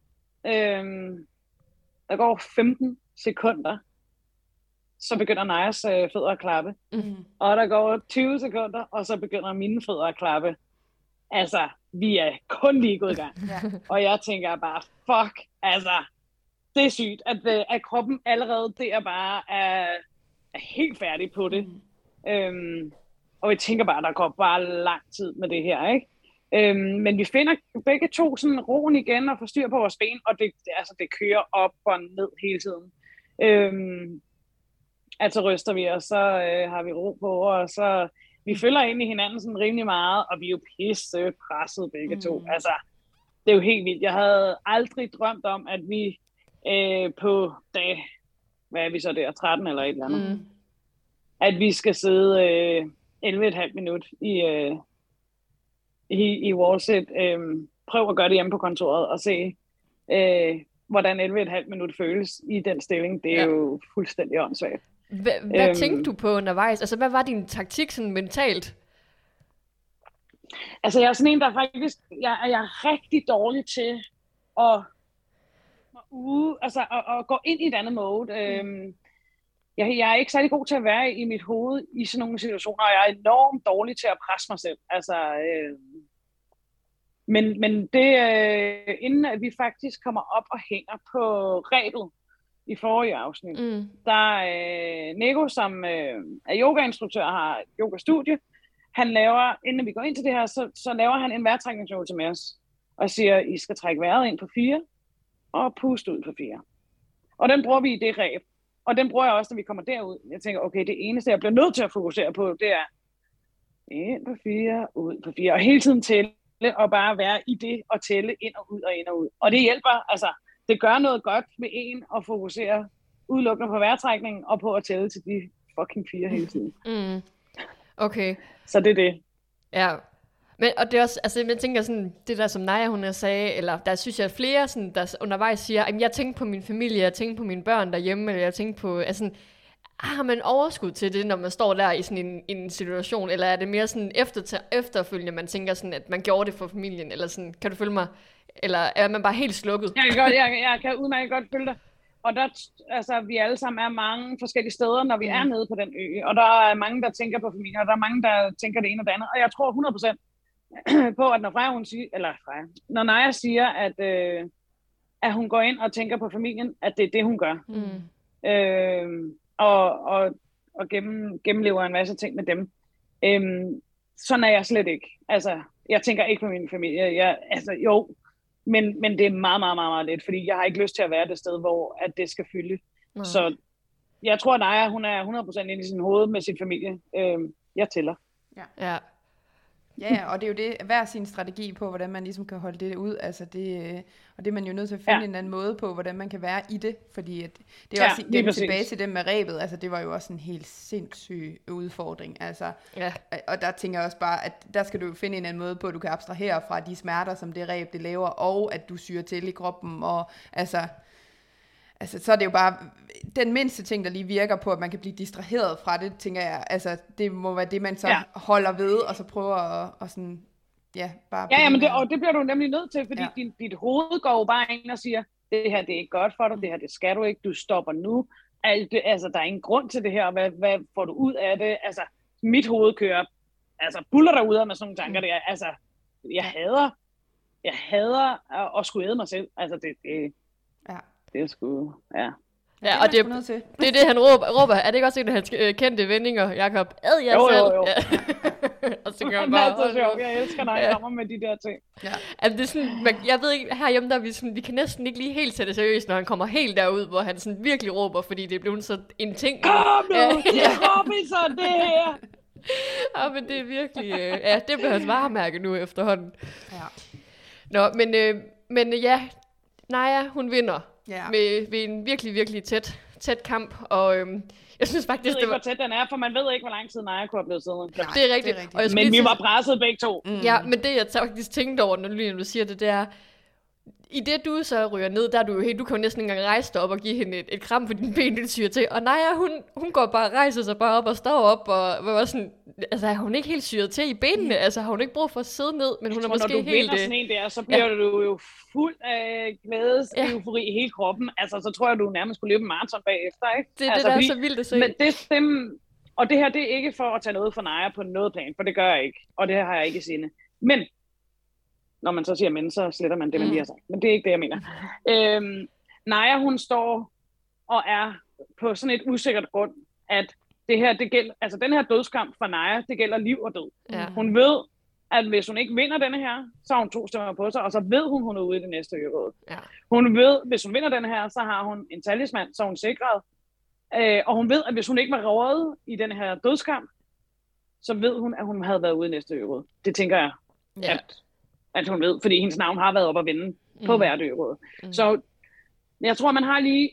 der går 15 sekunder, så begynder Najas fødder at klappe. Og der går 20 sekunder, og så begynder mine fødder at klappe. Altså, vi er kun lige gået i gang. Og jeg tænker bare, fuck, altså, det er sygt, at kroppen allerede der bare er helt færdig på det. Og jeg tænker bare, der går bare lang tid med det her, ikke? Men vi finder begge to sådan roen igen og får styr på vores ben, og det kører op og ned hele tiden. Altså ryster vi, og så har vi ro på, og så vi følger ind i hinanden sådan rimelig meget, og vi er jo pisse presset begge to. Altså, det er jo helt vildt. Jeg havde aldrig drømt om, at vi på dag, hvad er vi så der, 13 eller et eller andet, at vi skal sidde 11,5 minut i Wallset. Prøv at gøre det hjemme på kontoret og se, hvordan 11,5 minut føles i den stilling. Det er jo fuldstændig åndssvagt. Hvad tænkte du på undervejs? Altså, hvad var din taktik sådan mentalt? Altså, jeg er sådan en, der faktisk... Jeg er rigtig dårlig til at gå ind i et andet mode. jeg er ikke særlig god til at være i mit hoved i sådan nogle situationer, og jeg er enormt dårlig til at presse mig selv. Altså, men det, inden at vi faktisk kommer op og hænger på rebet i forrige afsnit, der Nico, som er yogainstruktør, har et yogastudie, han laver, inden vi går ind til det her, så laver han en vejrtrækningsøvelse med os, og siger, I skal trække vejret ind på 4, og puste ud på 4. Og den bruger vi i det reb. Og den bruger jeg også, når vi kommer derud. Jeg tænker, okay, det eneste, jeg bliver nødt til at fokusere på, det er ind på 4, ud på 4. Og hele tiden tælle, og bare være i det, og tælle ind og ud og ind og ud. Og det hjælper, altså, det gør noget godt med en at fokusere udelukkende på vejrtrækningen, og på at tælle til de fucking 4 hele tiden. Okay. Så det er det. Ja. Men, og det er også, altså jeg tænker sådan, det der som Naja hun sagde, eller der synes jeg flere sådan, der undervejs siger, at jeg tænker på min familie, jeg tænker på mine børn derhjemme, eller jeg tænker på, altså, har man overskud til det, når man står der i sådan en situation, eller er det mere sådan efterfølgende, man tænker sådan, at man gjorde det for familien, eller sådan, kan du følge mig? Eller er man bare helt slukket? Jeg kan udmærket godt følge dig. Og der, altså, vi alle sammen er mange forskellige steder, når vi er nede på den ø, og der er mange, der tænker på familien, og der er mange, der tænker det ene og det andet, og jeg tror 100% på, at når Freja, hun siger, eller Freja, når Naja siger, at hun går ind og tænker på familien, at det er det, hun gør. Og gennemlever en masse ting med dem. Sådan er jeg slet ikke. Altså, jeg tænker ikke på min familie. Men det er meget, meget, meget, meget let, fordi jeg har ikke lyst til at være det sted, hvor at det skal fylde. Så jeg tror, at Naja, hun er 100% inde i sin hoved med sin familie. Jeg tæller. Ja. Ja, og det er jo det, hver sin strategi på, hvordan man ligesom kan holde det ud, altså det, og det er man jo nødt til at finde en anden måde på, hvordan man kan være i det, fordi at, det er også igen tilbage til det med rebet, altså det var jo også en helt sindssyg udfordring, altså, og der tænker jeg også bare, at der skal du finde en anden måde på, at du kan abstrahere fra de smerter, som det reb, det laver, og at du syrer til i kroppen, og altså, så er det jo bare den mindste ting, der lige virker på, at man kan blive distraheret fra det, tænker jeg. Altså, det må være det, man så holder ved, og så prøver at sådan, bare... Ja, men det bliver du nemlig nødt til, fordi dit hoved går jo bare ind og siger, det her, det er ikke godt for dig, det her, det skal du ikke, du stopper nu. Altså, der er ingen grund til det her, hvad får du ud af det? Altså, mit hoved kører, altså, buller derude med sådan nogle tanker der. Altså, jeg hader at skulle æde mig selv. Altså, det er sgu, Ja, og det er det, han råber. Er det ikke også en af hans kendte vendinger, Jakob? Ad jer selv. Jo. Og så gør han bare... Jeg elsker, når jeg kommer med de der ting. Altså, det er sådan, jeg ved ikke, herhjemme der er vi sådan, vi kan næsten ikke lige helt sætte det seriøst, når han kommer helt derud, hvor han sådan virkelig råber, fordi det er blevet så en ting. Kom nu, det er Robinson, det her! Ja, men det er virkelig... det bliver hans varemærke nu efterhånden. Ja. Nå, men Naja, hun vinder. Ved en virkelig, virkelig tæt kamp, og jeg synes faktisk, jeg ved ikke, hvor tæt den er, for man ved ikke, hvor lang tid Naja kunne have blevet siddende. Det er rigtigt. Og men vi var presset begge to. Ja, men det jeg faktisk tænkte over, når du siger det, er, i det du så ryger ned, der er du jo helt, du kan jo næsten ikke engang rejse dig op og give hende et kram for din ben, det syrer til. Og Naja, hun går bare og rejser sig bare op og står op, og var sådan, altså er hun ikke helt syret til i benene? Altså har hun ikke brug for at sidde ned, men hun er måske helt... Når du vinder sådan en der, så bliver du jo fuld af glædes, eufori i hele kroppen. Altså så tror jeg, du nærmest skulle løbe en maraton bagefter, ikke? Det er det, der er så vildt at se. Men og det her, det er ikke for at tage noget for Naja på noget plan, for det gør jeg ikke. Og det har jeg ikke i sinde. Men når man så siger men, så sletter man det, man lige har sagt. Men det er ikke det, jeg mener. Naja, hun står og er på sådan et usikkert grund, at det her, det gælder, altså den her dødskamp for Naja, det gælder liv og død. Ja. Hun ved, at hvis hun ikke vinder denne her, så har hun 2 stemmer på sig, og så ved hun er ude i det næste øjeråd. Ja. Hun ved, hvis hun vinder denne her, så har hun en talisman, så er hun sikret. Og hun ved, at hvis hun ikke var rådet i den her dødskamp, så ved hun, at hun havde været ude i næste øjeråd. Det tænker jeg, at hun ved, fordi hendes navn har været op at vinde på hvert øjeråd. Så jeg tror, man har lige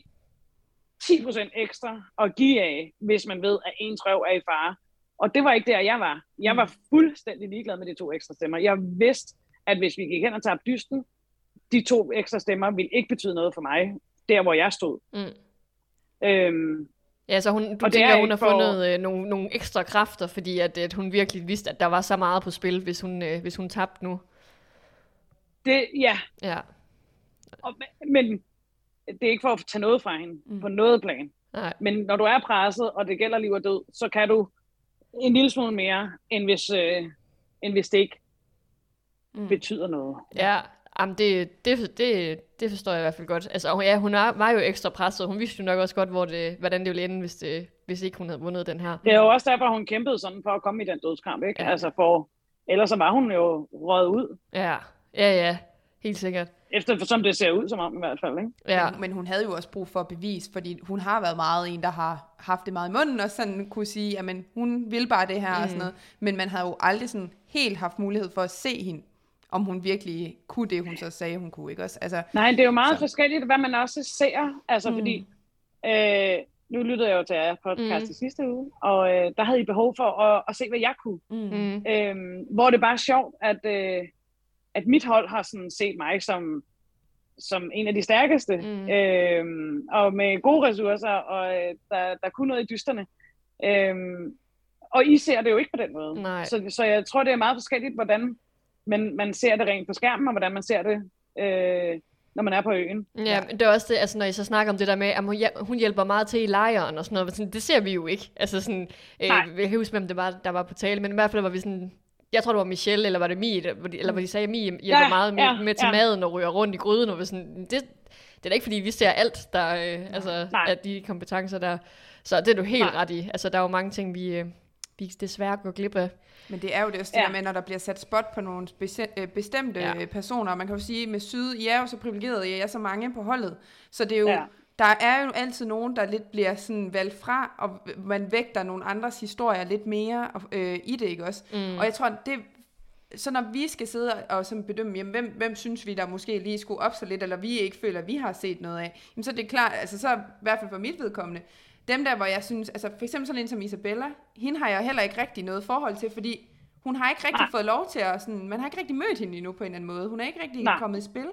10% ekstra at give af, hvis man ved, at ens røv er i fare. Og det var ikke der, jeg var. Jeg var fuldstændig ligeglad med de 2 ekstra stemmer. Jeg vidste, at hvis vi gik hen og tabte dysten, de 2 ekstra stemmer ville ikke betyde noget for mig, der hvor jeg stod. Ja, så du tænker, hun har fundet nogle ekstra kræfter, fordi at hun virkelig vidste, at der var så meget på spil, hvis hun tabte nu. Ja. Men det er ikke for at tage noget fra hende på noget plan. Nej. Men når du er presset, og det gælder liv og død, så kan du en lille smule mere, end hvis det ikke betyder noget. Ja, jamen det forstår jeg i hvert fald godt. Altså, ja, hun var jo ekstra presset. Hun vidste jo nok også godt, hvordan det ville ende, hvis ikke hun havde vundet den her. Det er jo også derfor, hun kæmpede sådan for at komme i den dødskamp, ikke? Ja. Altså ellers så var hun jo røget ud. Ja, helt sikkert. Efter som det ser ud som om i hvert fald, ikke? Ja. Men hun havde jo også brug for bevis, fordi hun har været meget en, der har haft det meget i munden, og sådan kunne sige, jamen hun vil bare det her og sådan noget. Men man havde jo aldrig sådan helt haft mulighed for at se hende, om hun virkelig kunne det, hun så sagde, hun kunne, ikke også? Altså, nej, det er jo meget forskelligt, hvad man også ser. Altså fordi, nu lyttede jeg jo til jeres podcast i sidste uge, og der havde I behov for at se, hvad jeg kunne. Hvor det bare er sjovt, at mit hold har sådan set mig som en af de stærkeste, og med gode ressourcer, og der kunne noget i dysterne. Og I ser det jo ikke på den måde. Så jeg tror, det er meget forskelligt, hvordan man ser det rent på skærmen, og hvordan man ser det, når man er på øen. Ja, det er også det, altså når I så snakker om det der med, at hun hjælper meget til i lejren og sådan noget, sådan, det ser vi jo ikke. Altså sådan, jeg kan huske, hvem det var, der var på tale, men i hvert fald var vi sådan, jeg tror det var Michelle, eller var det Mie, eller hvor de sagde, Mie hjælper meget med til maden og ryger rundt i gryden, og vi sådan, det er da ikke fordi, vi ser alt, der af de kompetencer der. Så det er du helt ret i. Altså der er jo mange ting, vi desværre går glip af. Men det er jo det også det der med, når der bliver sat spot på nogle bestemte personer. Man kan jo sige, med Syd, I er jo så privilegerede, I er så mange på holdet. Så det er jo, der er jo altid nogen, der lidt bliver sådan valgt fra, og man vægter nogle andres historier lidt mere i det, ikke også? Og jeg tror, det så når vi skal sidde og sådan bedømme, jamen, hvem synes vi, der måske lige skulle op så lidt, eller vi ikke føler, at vi har set noget af, jamen, så er det klart, altså så i hvert fald for mit vedkommende, dem der, hvor jeg synes, altså for eksempel sådan en som Isabella, hende har jeg heller ikke rigtig noget forhold til, fordi hun har ikke rigtig fået lov til at sådan, man har ikke rigtig mødt hende endnu på en eller anden måde. Hun er ikke rigtig kommet i spil.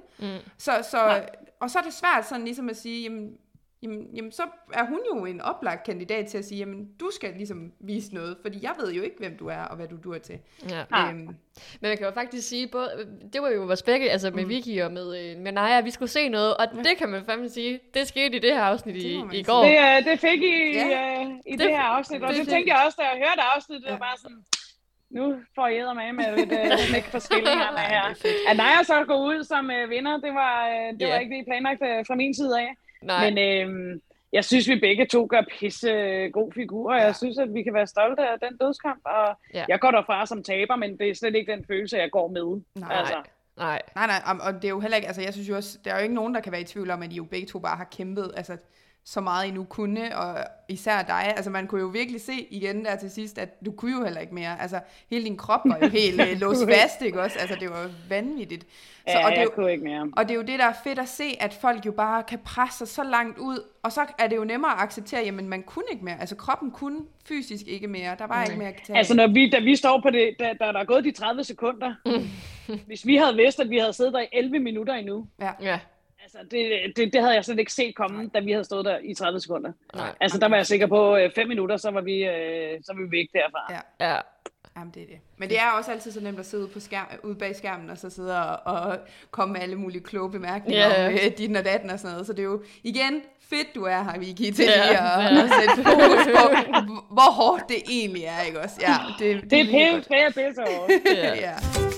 Og så er det svært sådan ligesom at sige, jamen så er hun jo en oplagt kandidat til at sige, jamen du skal ligesom vise noget, fordi jeg ved jo ikke, hvem du er og hvad du duer til. Ja. Men man kan jo faktisk sige, det var jo vores begge, altså med Vicky og med Naja, vi skulle se noget, og det kan man fandme sige, det skete i det her afsnit i går. Det fik I i det her afsnit, og det tænkte jeg også, da jeg hørte afsnittet, det var bare sådan, nu får jeg med lidt smæk for skillingerne her. At Naja så gå ud som vinder, det var ikke lige planlagt fra min side af. Nej. Men jeg synes, vi begge to gør pisse god figur, og jeg synes, at vi kan være stolte af den dødskamp, og jeg går derfra som taber, men det er slet ikke den følelse, jeg går med. Nej, og det er jo heller ikke, altså jeg synes jo også, der er jo ikke nogen, der kan være i tvivl om, at I jo begge to bare har kæmpet, altså så meget I nu kunne, og især dig, altså man kunne jo virkelig se igen der til sidst, at du kunne jo heller ikke mere, altså hele din krop var jo helt låst fast, ikke også, altså det var jo vanvittigt. Så, og jeg kunne ikke mere. Og det er jo det, der er fedt at se, at folk jo bare kan presse sig så langt ud, og så er det jo nemmere at acceptere, jamen man kunne ikke mere, altså kroppen kunne fysisk ikke mere, der var ikke mere at tage. Altså da vi står på det, der er gået de 30 sekunder, hvis vi havde vidst, at vi havde siddet der i 11 minutter endnu, altså det havde jeg slet ikke set komme, da vi havde stået der i 30 sekunder. Altså der var jeg sikker på 5 minutter, så var vi væk derfra. Ja. Jamen, det er det. Men det er også altid så nemt at sidde ude bag skærmen, og så sidde og komme med alle mulige kloge bemærkninger om din og datten og sådan noget. Så det er jo, igen, fedt du er her, Vicky, til lige at sætte fokus på, hvor hårdt det egentlig er, ikke også? Ja, det er pisse hårdt. Ja.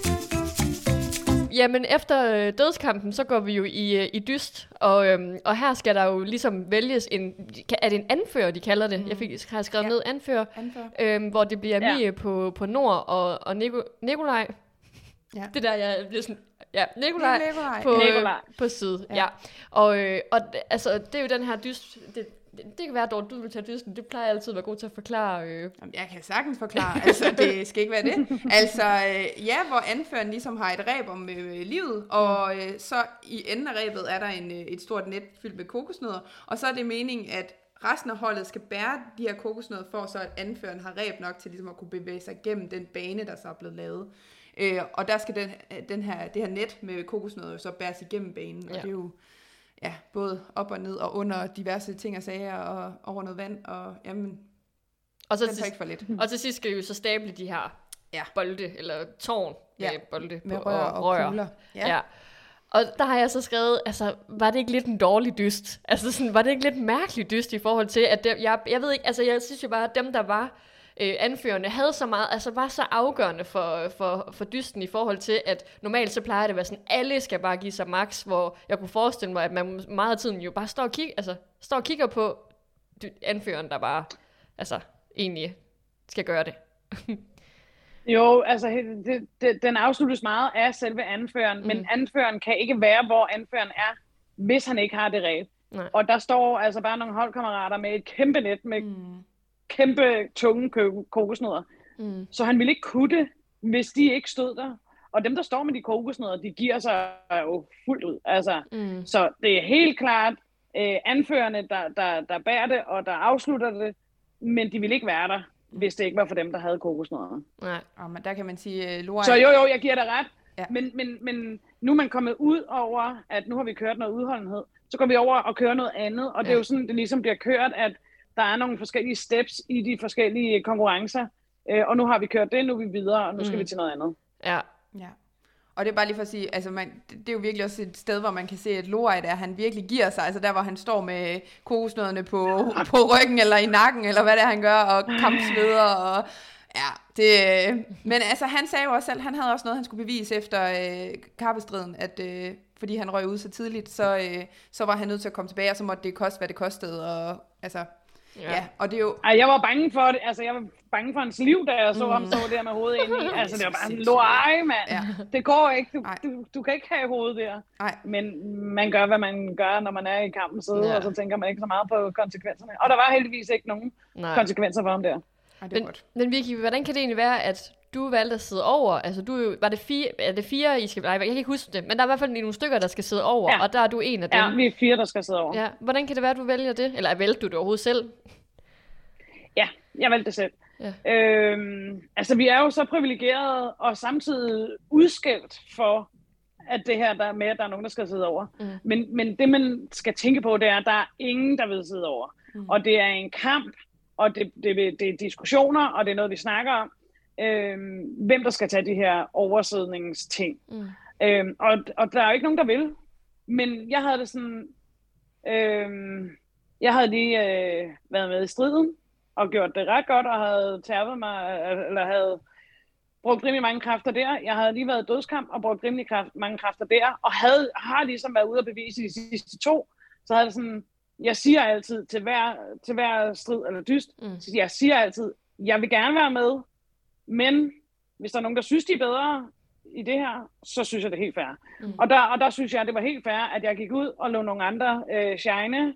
Jamen, efter dødskampen, så går vi jo i dyst, og her skal der jo ligesom vælges er det en anfører, de kalder det? Jeg har skrevet ned anfører. Hvor det bliver Mie på nord, og Nikolaj. Ja. Det der, jeg bliver sådan, Nikolaj på syd. Ja. Og altså, det er jo den her dyst, det kan være, at du vil tage dysten. Det plejer altid at være god til at forklare. Jeg kan sagtens forklare. Altså, det skal ikke være det. Altså, hvor anføreren ligesom har et ræb om livet, og så i enden af ræbet er der et stort net fyldt med kokosnødder, og så er det meningen, at resten af holdet skal bære de her kokosnødder, for så at anføreren har ræb nok til ligesom at kunne bevæge sig gennem den bane, der så er blevet lavet. Og der skal det her net med kokosnødder så bæres igennem banen, og det er jo både op og ned og under diverse ting og sager og over noget vand, og jamen, og så den tager ikke for lidt. Og til sidst skal vi jo så stable de her bolde, eller tårn med bolde med rør og kugler. Ja. Og der har jeg så skrevet, altså, var det ikke lidt en dårlig dyst? Altså, sådan, var det ikke lidt mærkelig dyst i forhold til, at jeg ved ikke, altså, jeg synes jo bare, at dem, der var anførende, havde så meget, altså, var så afgørende for dysten i forhold til, at normalt så plejer det at være sådan, alle skal bare give sig max, hvor jeg kunne forestille mig, at man meget af tiden jo bare står og kigger på anføreren, der bare, altså, egentlig skal gøre det. Jo, altså den afsluttes meget af selve anføreren, men anføreren kan ikke være, hvor anføreren er, hvis han ikke har det ret. Og der står altså bare nogle holdkammerater med et kæmpe net med kæmpe tunge kokosnødder. Så han ville ikke kunne det, hvis de ikke stod der. Og dem, der står med de kokosnødder, de giver sig jo fuldt ud. Altså, så det er helt klart anførerne, der bærer det, og der afslutter det, men de ville ikke være der, hvis det ikke var for dem, der havde kokosnødder. Nej. Men der kan man sige, Lora... Så jo, jeg giver dig ret. Ja. Men nu er man kommet ud over, at nu har vi kørt noget udholdenhed, så går vi over og kører noget andet, og det er jo sådan, det ligesom bliver kørt, at der er nogle forskellige steps i de forskellige konkurrencer, og nu har vi kørt det, nu er vi videre, og nu skal vi til noget andet. Ja. Og det er bare lige for at sige, altså det er jo virkelig også et sted, hvor man kan se, at Loreit han virkelig giver sig, altså der, hvor han står med kokosnødderne på ryggen, eller i nakken, eller hvad det er, han gør, og kampsveder, og men altså han sagde jo også selv, han havde også noget, han skulle bevise efter kappestriden, at fordi han røg ud så tidligt, så var han nødt til at komme tilbage, og så måtte det koste, hvad det kostede, og altså... Ja, og det er jo... Jeg var bange for det. Altså, jeg var bange for hans liv, da jeg så ham stå der med hovedet inde i. Altså, det var bare en lorej, mand. Ja. Det går ikke. Du kan ikke have hovedet der. Nej. Men man gør, hvad man gør, når man er i kampens side, og så tænker man ikke så meget på konsekvenserne. Og der var heldigvis ikke nogen konsekvenser for ham der. Men Vicky, hvordan kan det egentlig være, at du valgte at sidde over? Altså, var det fire, I skal... Nej, jeg kan ikke huske det, men der er i hvert fald nogle stykker, der skal sidde over, og der er du en af dem. Ja, vi er 4, der skal sidde over. Ja. Hvordan kan det være, at du vælger det? Eller valgte du det overhovedet selv? Ja, jeg valgte det selv. Ja. Altså, vi er jo så privilegerede og samtidig udskældt for, at det her der er med, at der er nogen, der skal sidde over. Men det, man skal tænke på, det er, at der er ingen, der vil sidde over. Og det er en kamp, og det er diskussioner, og det er noget, vi snakker om. Hvem der skal tage de her oversidningsting. Og der er jo ikke nogen, der vil. Men jeg havde det sådan... jeg havde lige været med i striden, og gjort det ret godt, og havde tærpet mig, eller havde brugt rimelig mange kræfter der. Jeg havde lige været i dødskamp, og brugt rimelig mange kræfter der, og har ligesom været ude at bevise de sidste 2. Så havde det sådan... Jeg siger altid til hver strid eller dyst, jeg siger altid, jeg vil gerne være med, men hvis der er nogen, der synes, de er bedre i det her, så synes jeg, det er helt fair. Og der synes jeg, det var helt fair, at jeg gik ud og lod nogle andre shine,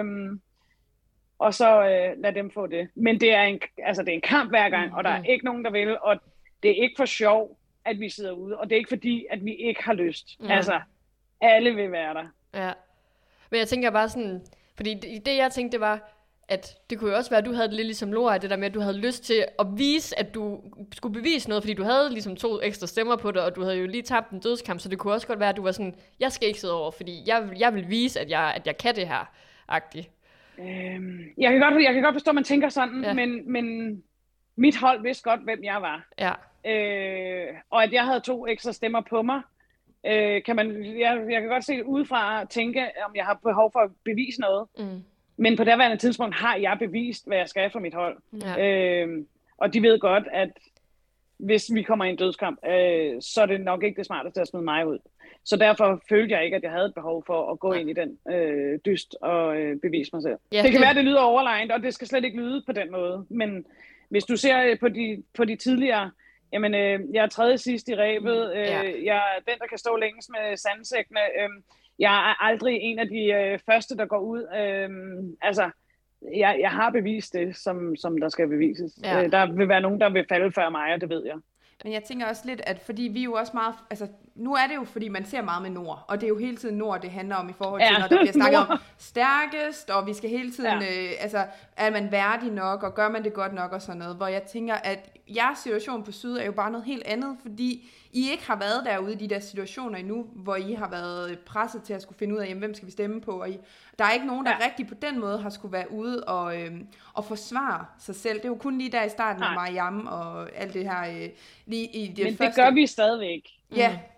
og så lad dem få det. Men det er en kamp hver gang, og der er ikke nogen, der vil, og det er ikke for sjov, at vi sidder ude, og det er ikke fordi, at vi ikke har lyst. Altså, alle vil være der. Ja, men jeg tænker bare sådan, fordi det jeg tænkte, det var, at det kunne jo også være, at du havde det lidt ligesom Lora, det der med, at du havde lyst til at vise, at du skulle bevise noget, fordi du havde ligesom 2 ekstra stemmer på det, og du havde jo lige tabt en dødskamp, så det kunne også godt være, at du var sådan, jeg skal ikke sidde over, fordi jeg vil vise, at jeg kan det her, agtigt. Jeg kan godt forstå, at man tænker sådan, men mit hold vidste godt, hvem jeg var. Ja. Og at jeg havde 2 ekstra stemmer på mig, jeg kan godt se udefra at tænke, om jeg har behov for at bevise noget. Men på daværende tidspunkt har jeg bevist, hvad jeg skal for mit hold. Ja. Og de ved godt, at hvis vi kommer i en dødskamp, så er det nok ikke det smarteste at smide mig ud. Så derfor følte jeg ikke, at jeg havde et behov for at gå ind i den dyst og bevise mig selv. Ja, det kan være, det lyder overlegent, og det skal slet ikke lyde på den måde. Men hvis du ser på de tidligere, jamen, jeg er 3. sidst i rebet. Jeg er den, der kan stå længst med sandsækkene. Jeg er aldrig en af de første, der går ud. Altså, jeg har bevist det, som der skal bevises. Ja. Der vil være nogen, der vil falde før mig, og det ved jeg. Men jeg tænker også lidt, at fordi vi jo også meget... Altså, nu er det jo, fordi man ser meget med Nord, og det er jo hele tiden Nord, det handler om i forhold til, når der bliver snakket om stærkest, og vi skal hele tiden... er man værdig nok, og gør man det godt nok, og sådan noget. Hvor jeg tænker, at jeres situation på Syd er jo bare noget helt andet, fordi I ikke har været derude i de der situationer endnu, hvor I har været presset til at skulle finde ud af, jamen, hvem skal vi stemme på, og der er ikke nogen, der rigtig på den måde har skulle være ude og forsvare sig selv. Det er jo kun lige der i starten af Mariam og alt det her lige i det men første. Det gør vi stadigvæk. Ja.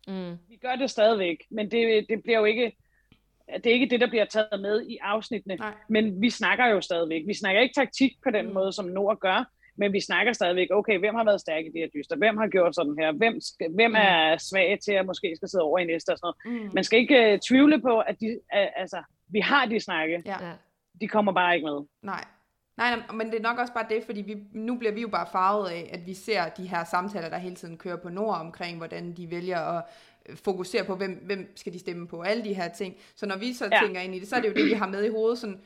Vi gør det stadigvæk, men det bliver jo ikke, det er ikke det, der bliver taget med i afsnittene. Nej. Men vi snakker jo stadigvæk. Vi snakker ikke taktik på den måde, som Nord gør, men vi snakker stadigvæk, okay, hvem har været stærk i de her dyster? Hvem har gjort sådan her? Hvem er svag til at måske skal sidde over i næste og sådan noget? Man skal ikke tvivle på, at vi har de snakke. Ja. De kommer bare ikke med. Nej, men det er nok også bare det, fordi nu bliver vi jo bare farvet af, at vi ser de her samtaler, der hele tiden kører på Nord omkring, hvordan de vælger at fokusere på, hvem skal de stemme på, alle de her ting. Så når vi så tænker ind i det, så er det jo det, vi har med i hovedet. Sådan,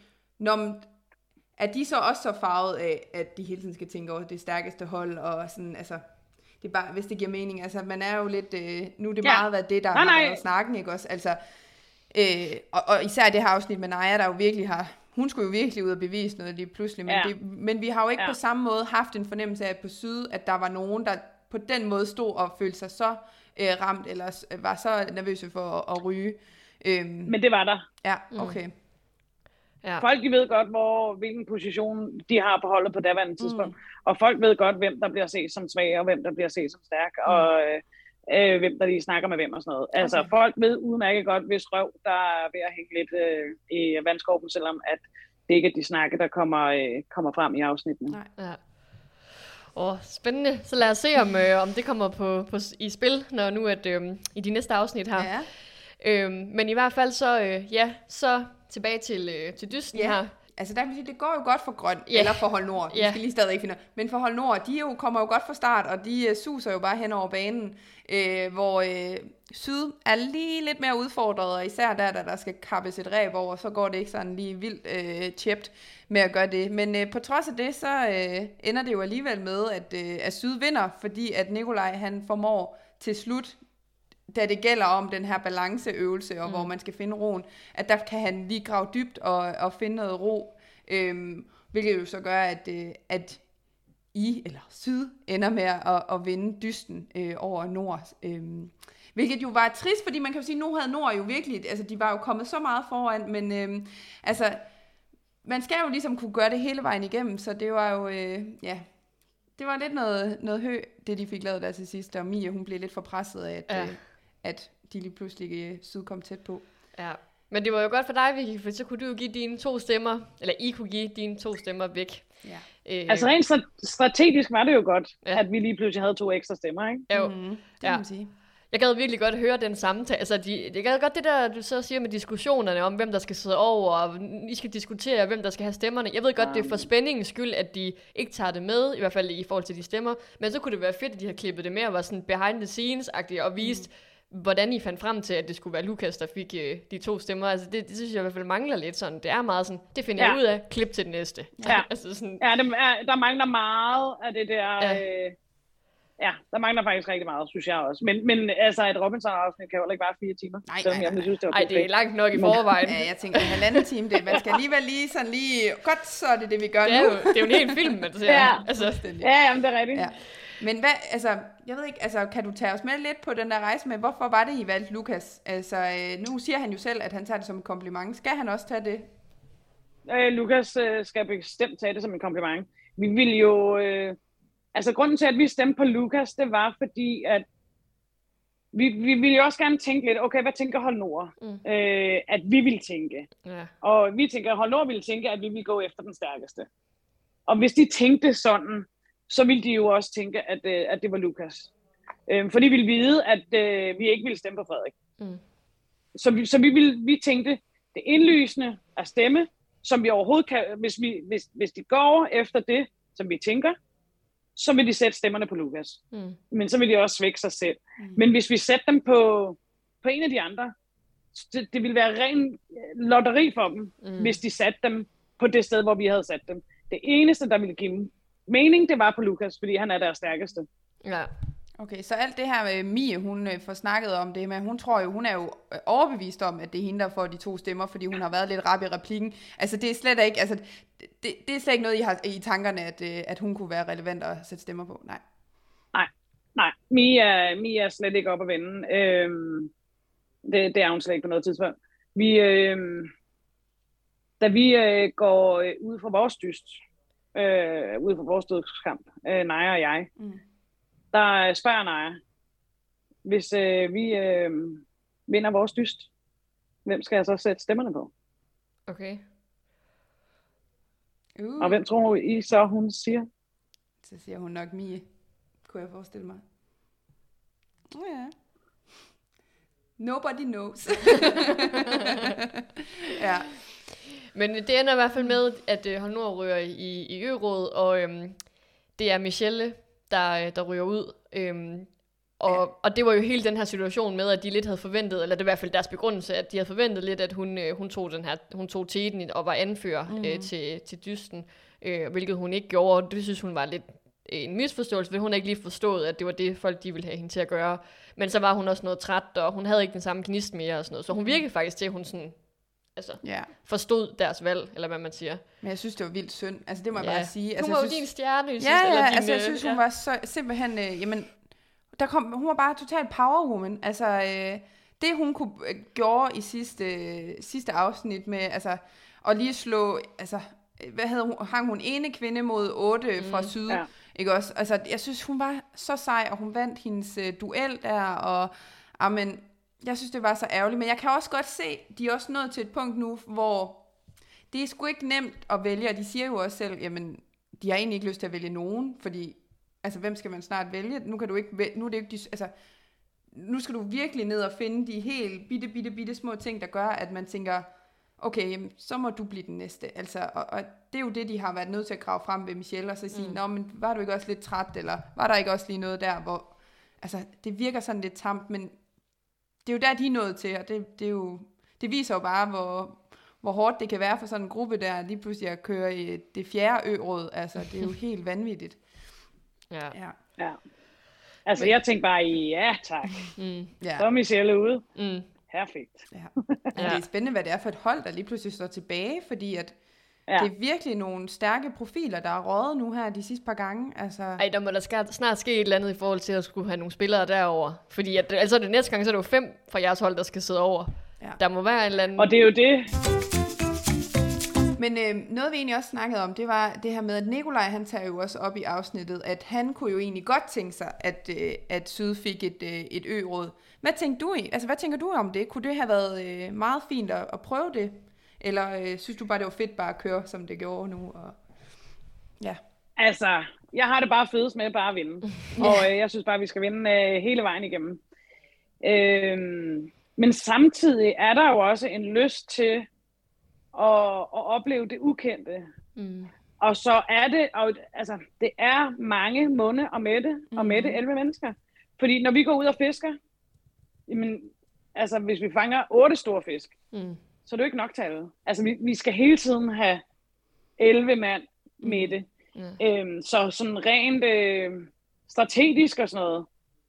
er de så også så farvet af, at de hele tiden skal tænke over det stærkeste hold, og sådan, altså, det er bare, hvis det giver mening, altså, man er jo lidt, nu er det meget været det, der har været snakken, ikke også? Altså, og især det her afsnit med Naja, der jo virkelig hun skulle jo virkelig ud og bevise noget lige pludselig, men vi har jo ikke på samme måde haft en fornemmelse af på Syd, at der var nogen, der på den måde stod og følte sig så ramt, eller var så nervøse for at ryge. Men det var der. Ja, okay. Ja. Folk de ved godt, hvilken position de har på holdet på daværende tidspunkt. Og folk ved godt, hvem der bliver set som svag, og hvem der bliver set som stærk, og hvem der lige snakker med hvem og sådan noget. Altså, folk ved udmærket godt, hvis røv, der er ved at hænge lidt i vandskorpen, selvom at det ikke er de snakke, der kommer frem i afsnittene. Nej. Ja. Spændende. Så lad os se, om det kommer i spil, når nu at i de næste afsnit her. Ja. Men i hvert fald så tilbage til dysten her. Altså der kan man sige, det går jo godt for Grøn, eller for Hold Nord. Vi skal lige stadig finde. Men for Hold Nord, de kommer jo godt fra start, og de suser jo bare hen over banen, hvor Syd er lige lidt mere udfordret, og især der skal kappes et ræb over, så går det ikke sådan lige vildt tjept med at gøre det. Men på trods af det, så ender det jo alligevel med, at Syd vinder, fordi at Nikolaj, han formår til slut, da det gælder om den her balanceøvelse, og hvor man skal finde roen, at der kan han lige grave dybt og finde noget ro, hvilket jo så gør, at Syd ender med at vinde dysten over Nord. Hvilket jo var trist, fordi man kan jo sige, at nu havde Nord jo virkelig, altså de var jo kommet så meget foran, men man skal jo ligesom kunne gøre det hele vejen igennem, så det var jo, det var lidt noget hø, det de fik lavet der til sidst, og Mia, hun blev lidt for presset af, at de lige pludselig Syd kom tæt på. Ja, men det var jo godt for dig, Vicky, for så kunne du jo give dine 2 stemmer, eller I kunne give dine 2 stemmer væk. Ja. Altså rent strategisk var det jo godt, at vi lige pludselig havde 2 ekstra stemmer, ikke? Jo, det kan man sige. Jeg gad virkelig godt høre den samtale. Altså, jeg gad godt det der, du så siger med diskussionerne om, hvem der skal sidde over, og I skal diskutere, hvem der skal have stemmerne. Jeg ved godt, det er for spændingens skyld, at de ikke tager det med, i hvert fald i forhold til de stemmer. Men så kunne det være fedt, at de har klippet det med og var sådan behind the scenes-agtigt og vist, hvordan I fandt frem til, at det skulle være Lukas, der fik de 2 stemmer. Altså, det synes jeg i hvert fald mangler lidt sådan. Det er meget sådan, det finder jeg ud af, klip til den næste. Ja, altså sådan, der mangler meget af det der... Ja, der mangler faktisk rigtig meget, synes jeg også. Men altså, et Robinson-afsnit kan jo ikke bare 4 timer. Nej, det er langt nok i forvejen. Ja, jeg tænker, 1,5 time, man skal alligevel lige godt, så er det vi gør nu. Det er jo en hel film, man ser. Jamen, det er rigtigt. Ja. Men hvad, altså, jeg ved ikke, altså, kan du tage os med lidt på den der rejse med, hvorfor var det, I valgte Lukas? Altså, nu siger han jo selv, at han tager det som en kompliment. Skal han også tage det? Lukas skal bestemt tage det som en kompliment. Vi vil jo... Altså, grunden til, at vi stemte på Lukas, det var fordi, at vi ville jo også gerne tænke lidt, okay, hvad tænker Hold Nord? At vi vil tænke. Ja. Og vi tænker, at Hold Nord ville tænke, at vi vil gå efter den stærkeste. Og hvis de tænkte sådan, så ville de jo også tænke, at det var Lukas. For de ville vide, at vi ikke ville stemme på Frederik. Så vi tænkte, det indlysende at stemme, som vi overhovedet kan, hvis de går efter det, som vi tænker, så vil de sætte stemmerne på Lukas. Men så vil de også svække sig selv. Men hvis vi sætter dem på en af de andre, det ville være ren lotteri for dem, hvis de satte dem på det sted, hvor vi havde sat dem. Det eneste, der ville give mening, det var på Lukas, fordi han er deres stærkeste. Ja. Okay, så alt det her med Mie, hun får snakket om det, men hun er jo overbevist om, at det er hende, der får de 2 stemmer, fordi hun har været lidt rap i replikken. Altså det er slet ikke, altså det er slet ikke noget, I har i tankerne, at hun kunne være relevant at sætte stemmer på. Nej. Mie er slet ikke op at vende. Det er hun slet ikke på noget tidspunkt. Da vi går ud fra vores dyst, ud fra vores dødskamp, Naja og jeg, der spørger Naja, hvis vi vinder vores dyst, hvem skal jeg så sætte stemmerne på? Okay. Og hvem tror I så, hun siger? Så siger hun nok Mie, kunne jeg forestille mig. Ja. Nobody knows. Ja. Men det ender i hvert fald med, at Hold Nord ryger i Ø-rådet, og det er Michelle, der ryger ud. Og det var jo hele den her situation med, at de lidt havde forventet, eller det er i hvert fald deres begrundelse, at de havde forventet lidt, at hun tog teten og var anfører til dysten, hvilket hun ikke gjorde, og det synes hun var lidt en misforståelse, for hun havde ikke lige forstået, at det var det, folk de ville have hende til at gøre. Men så var hun også noget træt, og hun havde ikke den samme gnist mere og sådan noget, så hun virkede faktisk til, at hun sådan, forstod deres valg, eller hvad man siger. Men jeg synes, det var vildt synd. Altså, det må jeg bare sige. Altså, hun var jo din stjerne, jeg synes, hun var så simpelthen, jamen, hun var bare totalt powerwoman. Altså, det hun kunne gjorde i sidste afsnit med, altså, at lige slå, altså, hang hun ene kvinde mod 8 fra syd, ikke også? Altså, jeg synes, hun var så sej, og hun vandt hendes duel der, og amen, jeg synes, det var så ærgerligt, men jeg kan også godt se, de er også nået til et punkt nu, hvor det er sgu ikke nemt at vælge, og de siger jo også selv, jamen, de har egentlig ikke lyst til at vælge nogen, fordi, altså, hvem skal man snart vælge? Nu kan du ikke, nu er det ikke, altså, nu skal du virkelig ned og finde de helt bitte små ting, der gør, at man tænker, okay, jamen, så må du blive den næste. Altså, og det er jo det, de har været nødt til at grave frem ved Michelle, og så sige, nå, men var du ikke også lidt træt, eller var der ikke også lige noget der, hvor, altså, det virker sådan lidt tamt, men det er jo der, de er nået til, og det viser jo bare, hvor hårdt det kan være for sådan en gruppe der, lige pludselig at køre i det 4. Ø-råd. Altså, det er jo helt vanvittigt. Ja. Altså, jeg tænkte bare, ja tak. Så er Michelle ude. Perfekt. Ja. Det er spændende, hvad det er for et hold, der lige pludselig står tilbage, fordi at det er virkelig nogle stærke profiler, der er røget nu her de sidste par gange. Altså. Ej, der må der snart ske et eller andet i forhold til at skulle have nogle spillere derover. Fordi altså det næste gang, så er det jo 5 fra jeres hold, der skal sidde over. Ja. Der må være en eller anden. Og det er jo det. Men noget vi egentlig også snakkede om, det var det her med, at Nikolaj, han tager jo også op i afsnittet, at han kunne jo egentlig godt tænke sig, at Syd fik et ø-råd. Hvad tænker du om det? Kunne det have været meget fint at prøve det? Eller synes du bare, det var fedt bare at køre, som det gjorde nu? Og ja. Altså, jeg har det bare fedest med bare at vinde. Og jeg synes bare, vi skal vinde hele vejen igennem. Men samtidig er der jo også en lyst til at opleve det ukendte. Og så er det, altså, det er mange munde og mætte 11 mennesker. Fordi når vi går ud og fisker, jamen, altså hvis vi fanger 8 store fisk, så er det jo ikke nok til alle. Altså vi skal hele tiden have 11 mand mætte. Så sådan rent strategisk og sådan noget,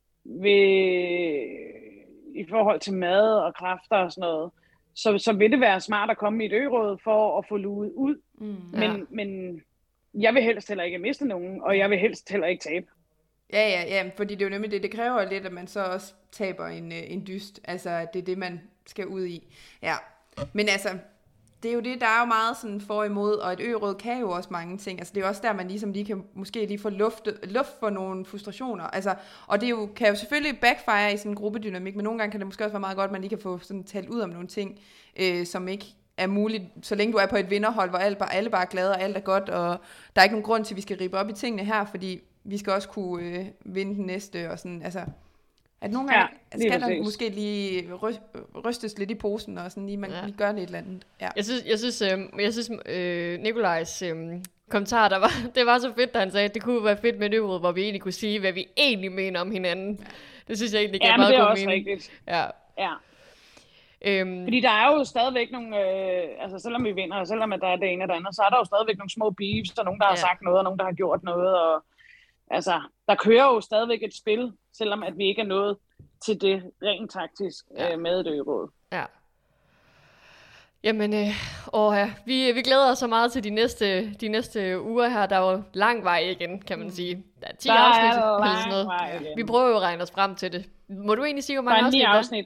i forhold til mad og kræfter og sådan noget, så vil det være smart at komme i et ø-råd for at få luet ud. Men jeg vil helst heller ikke miste nogen, og jeg vil helst heller ikke tabe. Ja, fordi det er jo nemlig det. Det kræver lidt, at man så også taber en dyst. Altså, det er det, man skal ud i. Ja, men altså, det er jo det, der er jo meget sådan for imod, og et ø-råd kan jo også mange ting. Altså, det er jo også der, man ligesom lige kan måske lige få luft for nogle frustrationer. Altså, og det er jo, kan jo selvfølgelig backfire i sådan en gruppedynamik, men nogle gange kan det måske også være meget godt, at man lige kan få sådan talt ud om nogle ting, som ikke er muligt, så længe du er på et vinderhold, hvor alle bare er glade, og alt er godt, og der er ikke nogen grund til, at vi skal ribe op i tingene her, fordi vi skal også kunne vinde den næste, og sådan, altså, at nogle gange skal der måske lige rystes lidt i posen, og sådan lige, man lige gør det et eller andet. Ja. Jeg synes Nikolajs kommentar, det var så fedt, da han sagde, at det kunne være fedt med et øvrigt, hvor vi egentlig kunne sige, hvad vi egentlig mener om hinanden. Ja. Det synes jeg egentlig gav meget god mening. Ja, men det er også rigtigt. Ja. Fordi der er jo stadigvæk nogle, altså selvom vi vinder, og selvom at der er det ene og det andet, så er der jo stadigvæk nogle små beefs, og nogen, der har sagt noget, og nogen, der har gjort noget, og altså, der kører jo stadigvæk et spil, selvom at vi ikke er nået til det rent taktisk med et ø-råd. Ja. Jamen, vi glæder os så meget til de næste uger her. Der er jo lang vej igen, kan man sige. Der er 10 afsnit eller sådan noget. Vi prøver jo at regne os frem til det. Må du egentlig sige, hvor mange afsnit? 9 afsnit.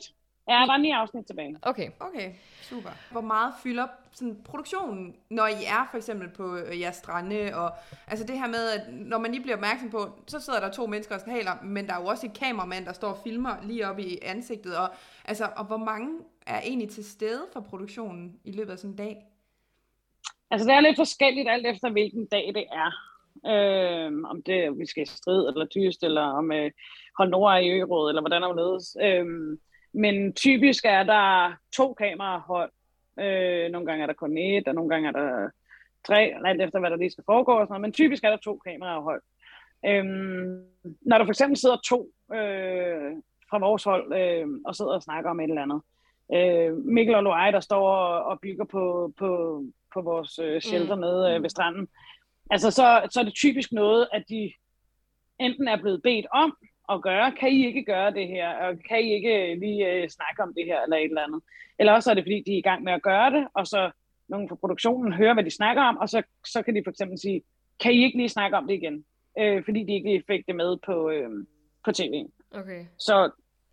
Ja, der er 9 afsnit tilbage. Okay. Okay, super. Hvor meget fylder sådan produktionen, når I er for eksempel på jeres strande, og altså det her med, at når man lige bliver opmærksom på, så sidder der 2 mennesker og taler, men der er jo også et kameramand, der står og filmer lige op i ansigtet, og hvor mange er egentlig til stede for produktionen i løbet af sådan en dag? Altså det er lidt forskelligt alt efter hvilken dag det er. Om det vi skal i Strid eller Dyst, eller om Hold Nord i Øråd, eller hvordan der ledes. Men typisk er der 2 kamerahold. Nogle gange er der kun 1, og nogle gange er der 3, alt efter hvad der lige skal foregå. Og sådan noget. Men typisk er der 2 kamerahold. Når der for eksempel sidder 2 fra vores hold og sidder og snakker om et eller andet. Mikkel og Loai, der står og bygger på vores shelter nede ved stranden. Altså så er det typisk noget, at de enten er blevet bedt om at gøre, kan I ikke gøre det her, og kan I ikke lige snakke om det her, eller et eller andet. Eller også er det, fordi de er i gang med at gøre det, og så nogen fra produktionen hører, hvad de snakker om, og så kan de for eksempel sige, kan I ikke lige snakke om det igen? Fordi de ikke lige fik det med på tv. Okay. Så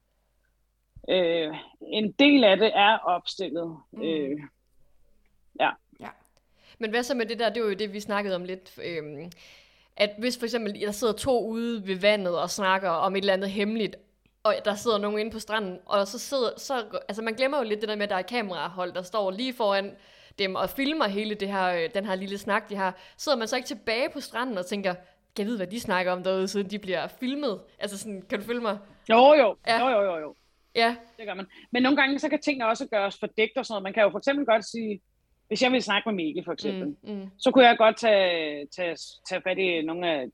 en del af det er opstillet. Ja. Men hvad så med det der, det var jo det, vi snakkede om lidt, at hvis for eksempel der sidder 2 ude ved vandet og snakker om et eller andet hemmeligt, og der sidder nogen inde på stranden, og altså man glemmer jo lidt det der med, at der er kamerahold, der står lige foran dem og filmer hele den her lille snak, de har. Sidder man så ikke tilbage på stranden og tænker, kan jeg vide, hvad de snakker om derude, siden de bliver filmet? Altså sådan, kan du følge mig? Jo. Ja. Jo. Ja. Det gør man. Men nogle gange, så kan tingene også gøres fordækt og sådan noget. Man kan jo for eksempel godt sige, hvis jeg vil snakke med Mikkel for eksempel, så kunne jeg godt tage fat i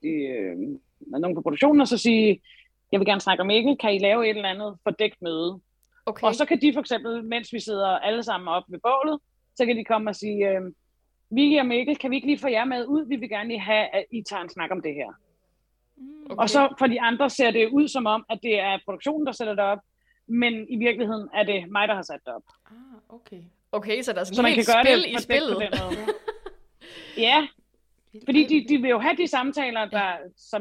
nogle på produktionen og så sige, jeg vil gerne snakke med Mikkel, kan I lave et eller andet fordækt møde? Okay. Og så kan de for eksempel, mens vi sidder alle sammen op ved bålet, så kan de komme og sige, Vicky og Mikkel, kan vi ikke lige få jer med ud? Vi vil gerne lige have, at I tager en snak om det her. Okay. Og så for de andre ser det ud som om, at det er produktionen, der sætter det op, men i virkeligheden er det mig, der har sat det op. Okay. Okay, så der er så sådan et helt spil i spillet. Ja, fordi de vil jo have de samtaler, der,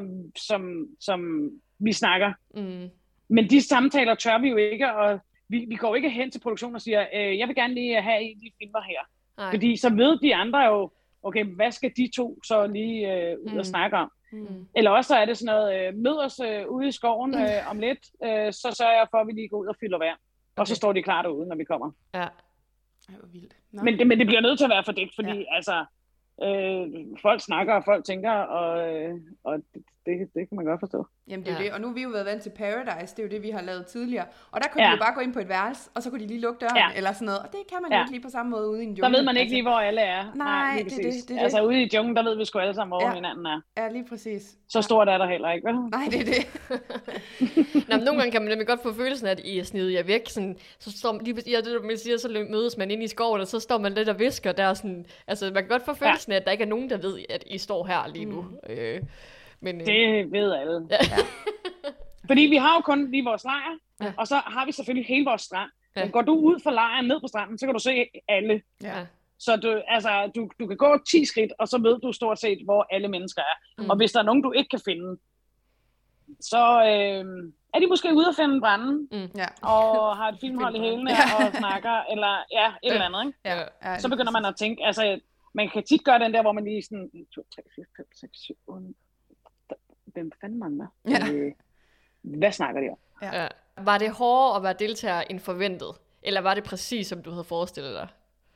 som vi snakker. Men de samtaler tør vi jo ikke, og vi går ikke hen til produktionen og siger, jeg vil gerne lige have en af de filmer her. Nej. Fordi så ved de andre jo, okay, hvad skal de 2 så lige ud og snakke om? Eller også så er det sådan noget, mød os ude i skoven om lidt, så sørger jeg for, at vi lige går ud og fylder vand. Okay. Og så står de klar derude, når vi kommer. Ja. Hvor vildt. Men det bliver nødt til at være fordækt, fordi altså, folk snakker, og folk tænker, og det kan man godt forstå. Jamen det er det, og nu har vi jo været vant til Paradise, det er jo det, vi har lavet tidligere. Og der kunne de jo bare gå ind på et værelse, og så kunne de lige lukke døren, eller sådan noget. Og det kan man jo ikke lige på samme måde ude i en jungle. Der ved man ikke lige, hvor alle er. Nej, det er altså ude i junglen, der ved vi sgu alle sammen, hvor hinanden er. Ja, lige præcis. Så stort er der heller ikke, vel? Nej, det er det. Nå, men nogle gange kan man nemlig godt få følelsen af, at I er snedet jer væk. Sådan, så står man lige, det man siger, så mødes man inde i skoven, og så står man lidt og visker der. Sådan, altså man kan godt få følelsen af, at der ikke er nogen, der ved, at I står her lige nu. Men, det ved alle. Ja. Fordi vi har jo kun lige vores lejr, og så har vi selvfølgelig hele vores strand. Ja. Men går du ud fra lejren ned på stranden, så kan du se alle. Ja. Så du kan gå 10 skridt, og så ved du stort set, hvor alle mennesker er. Og hvis der er nogen, du ikke kan finde, så er de måske ude at finde branden, og har et filmhold i hælene, og snakker, eller et eller andet. Ikke? Ja. Så begynder man at tænke, altså man kan tit gøre den der, hvor man lige sådan, 1, 2, 3, 4, 5, 6, 7, 8, hvem fanden mangler? Hvad snakker de om? Ja. Var det hårdere at være deltager end forventet? Eller var det præcis, som du havde forestillet dig?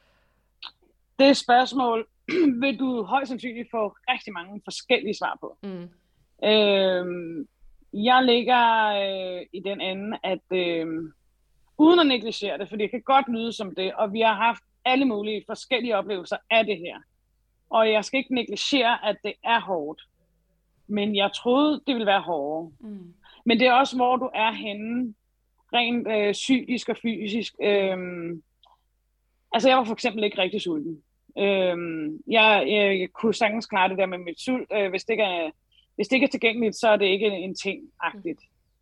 Det spørgsmål vil du højst sandsynligt få rigtig mange forskellige svar på. Jeg ligger i den ende, at uden at negligere det, for det kan godt lyde som det, og vi har haft alle mulige forskellige oplevelser af det her. Og jeg skal ikke negligere, at det er hårdt. Men jeg troede, det ville være hårdere. Men det er også, hvor du er henne, rent psykisk og fysisk. Altså, jeg var for eksempel ikke rigtig sulten. Jeg kunne sagtens klare det der med mit sult. Hvis det ikke er tilgængeligt, så er det ikke en ting-agtigt.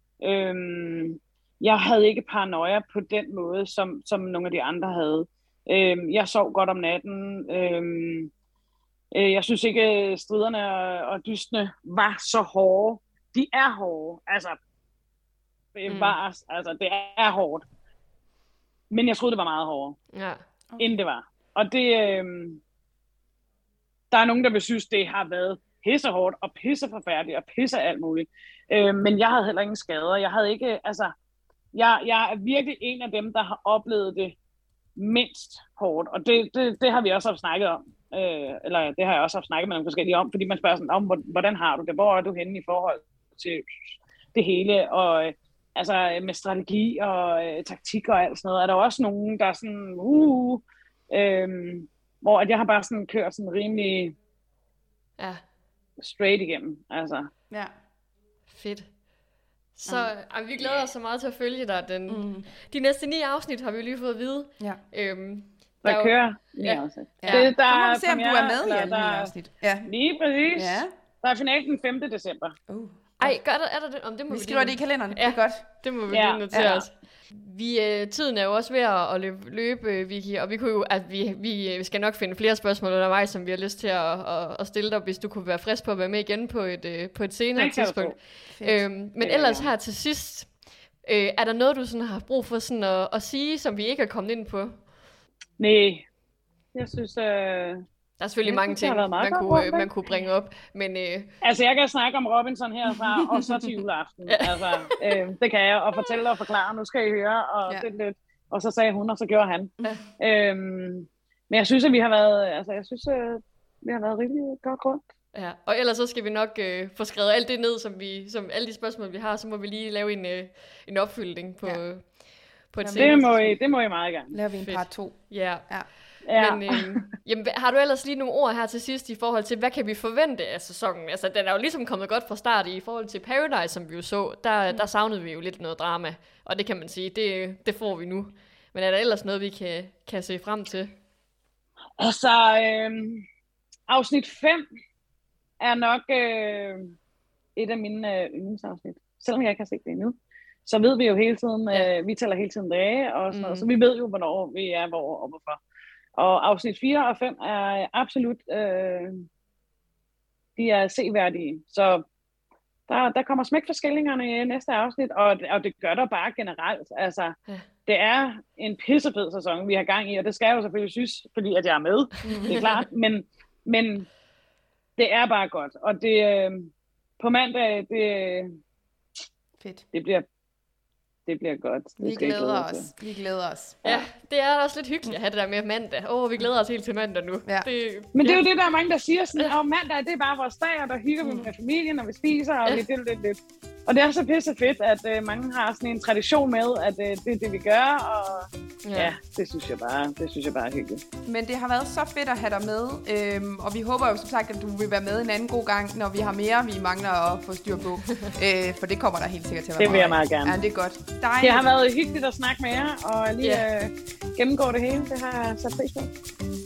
Jeg havde ikke paranoia på den måde, som nogle af de andre havde. Jeg sov godt om natten. Jeg synes ikke, striderne og dystene var så hårde. De er hårde. Altså, det er hårdt. Men jeg troede, det var meget hårdere, end det var. Og det, der er nogen, der vil synes, det har været pissehårdt og pisseforfærdeligt og pisse alt muligt. Men jeg havde heller ingen skader. Jeg havde ikke, altså, jeg er virkelig en af dem, der har oplevet det mindst hårdt. Og det har vi også haft snakket om. Eller det har jeg også haft snakket med nogle forskellige om, fordi man spørger sådan, hvordan har du det? Hvor er du henne i forhold til det hele? Og altså med strategi og taktik og alt sådan noget. Er der også nogen, der er sådan, hvor at jeg har bare sådan kørt sådan rimelig straight igennem. Altså. Ja. Fedt. Så vi glæder os så meget til at følge dig. De næste 9 afsnit har vi jo lige fået at vide. Ja. Der kører 9 afsnit. Ja. Så må vi se, om du er med i alle 9 afsnit. Ja. Lige præcis. Ja. Der er finalen den 5. december. Ej, er der det? Om det må vi skriver det i kalenderen. Ja. Det er godt. Det må vi lige notere os. Tiden er jo også ved at løbe, Vicky, og vi kunne jo, at vi skal nok finde flere spørgsmål undervejs, som vi har lyst til at stille dig, hvis du kunne være frisk på at være med igen på et senere tidspunkt. Men ellers her til sidst, er der noget, du sådan har brug for sådan at sige, som vi ikke er kommet ind på? Nej, jeg synes... Der er selvfølgelig mange ting, man kunne bringe op, men... Altså, jeg kan snakke om Robinson herfra, og så til juleaften. Altså, det kan jeg, og fortælle og forklare, nu skal I høre, og det lidt. Og så sagde hun, og så gjorde han. Men jeg synes, at vi har været, vi har været rigtig godt rundt. Ja, og ellers så skal vi nok få skrevet alt det ned, som alle de spørgsmål, vi har, så må vi lige lave en opfyldning på et senere. Det må I meget gerne. Laver vi en part 2. Ja. Men jamen, har du ellers lige nogle ord her til sidst i forhold til, hvad kan vi forvente af sæsonen? Altså, den er jo ligesom kommet godt fra start i forhold til Paradise, som vi jo så. Der savnede vi jo lidt noget drama, og det kan man sige, det får vi nu. Men er der ellers noget, vi kan se frem til? Altså, afsnit 5 er nok et af mine yndlingsafsnit. Selvom jeg ikke har set det endnu. Så ved vi jo hele tiden, vi tæller hele tiden dage og sådan noget, så vi ved jo, hvornår vi er, hvor og hvorfor. Og afsnit 4 og 5 er absolut, de er seværdige. Så der kommer smæk for skillingerne i næste afsnit, og det gør der bare generelt. Altså, det er en pissefed sæson, vi har gang i, og det skal jeg jo selvfølgelig synes, fordi at jeg er med, det er klart. Men det er bare godt, og det på mandag, fedt. Det bliver godt. Vi glæder os. Ja, det er også lidt hyggeligt at have det der med mandag. Vi glæder os helt til mandag nu. Ja. Men det er jo det, der er mange, der siger sådan, mandag, det er bare vores dag, og der hygger vi med familien, og vi spiser, og vi lidt. Og det er så pisse fedt, at mange har sådan en tradition med, at det er det, vi gør, og det synes jeg bare er hyggeligt. Men det har været så fedt at have dig med, og vi håber jo som sagt, at du vil være med en anden god gang, når vi har mere, vi mangler at få styr på, for det kommer der helt sikkert til at være. Det vil jeg meget gerne. Ja, det er godt. Det har været hyggeligt at snakke med jer, og lige gennemgå det hele, det har jeg sat pris på.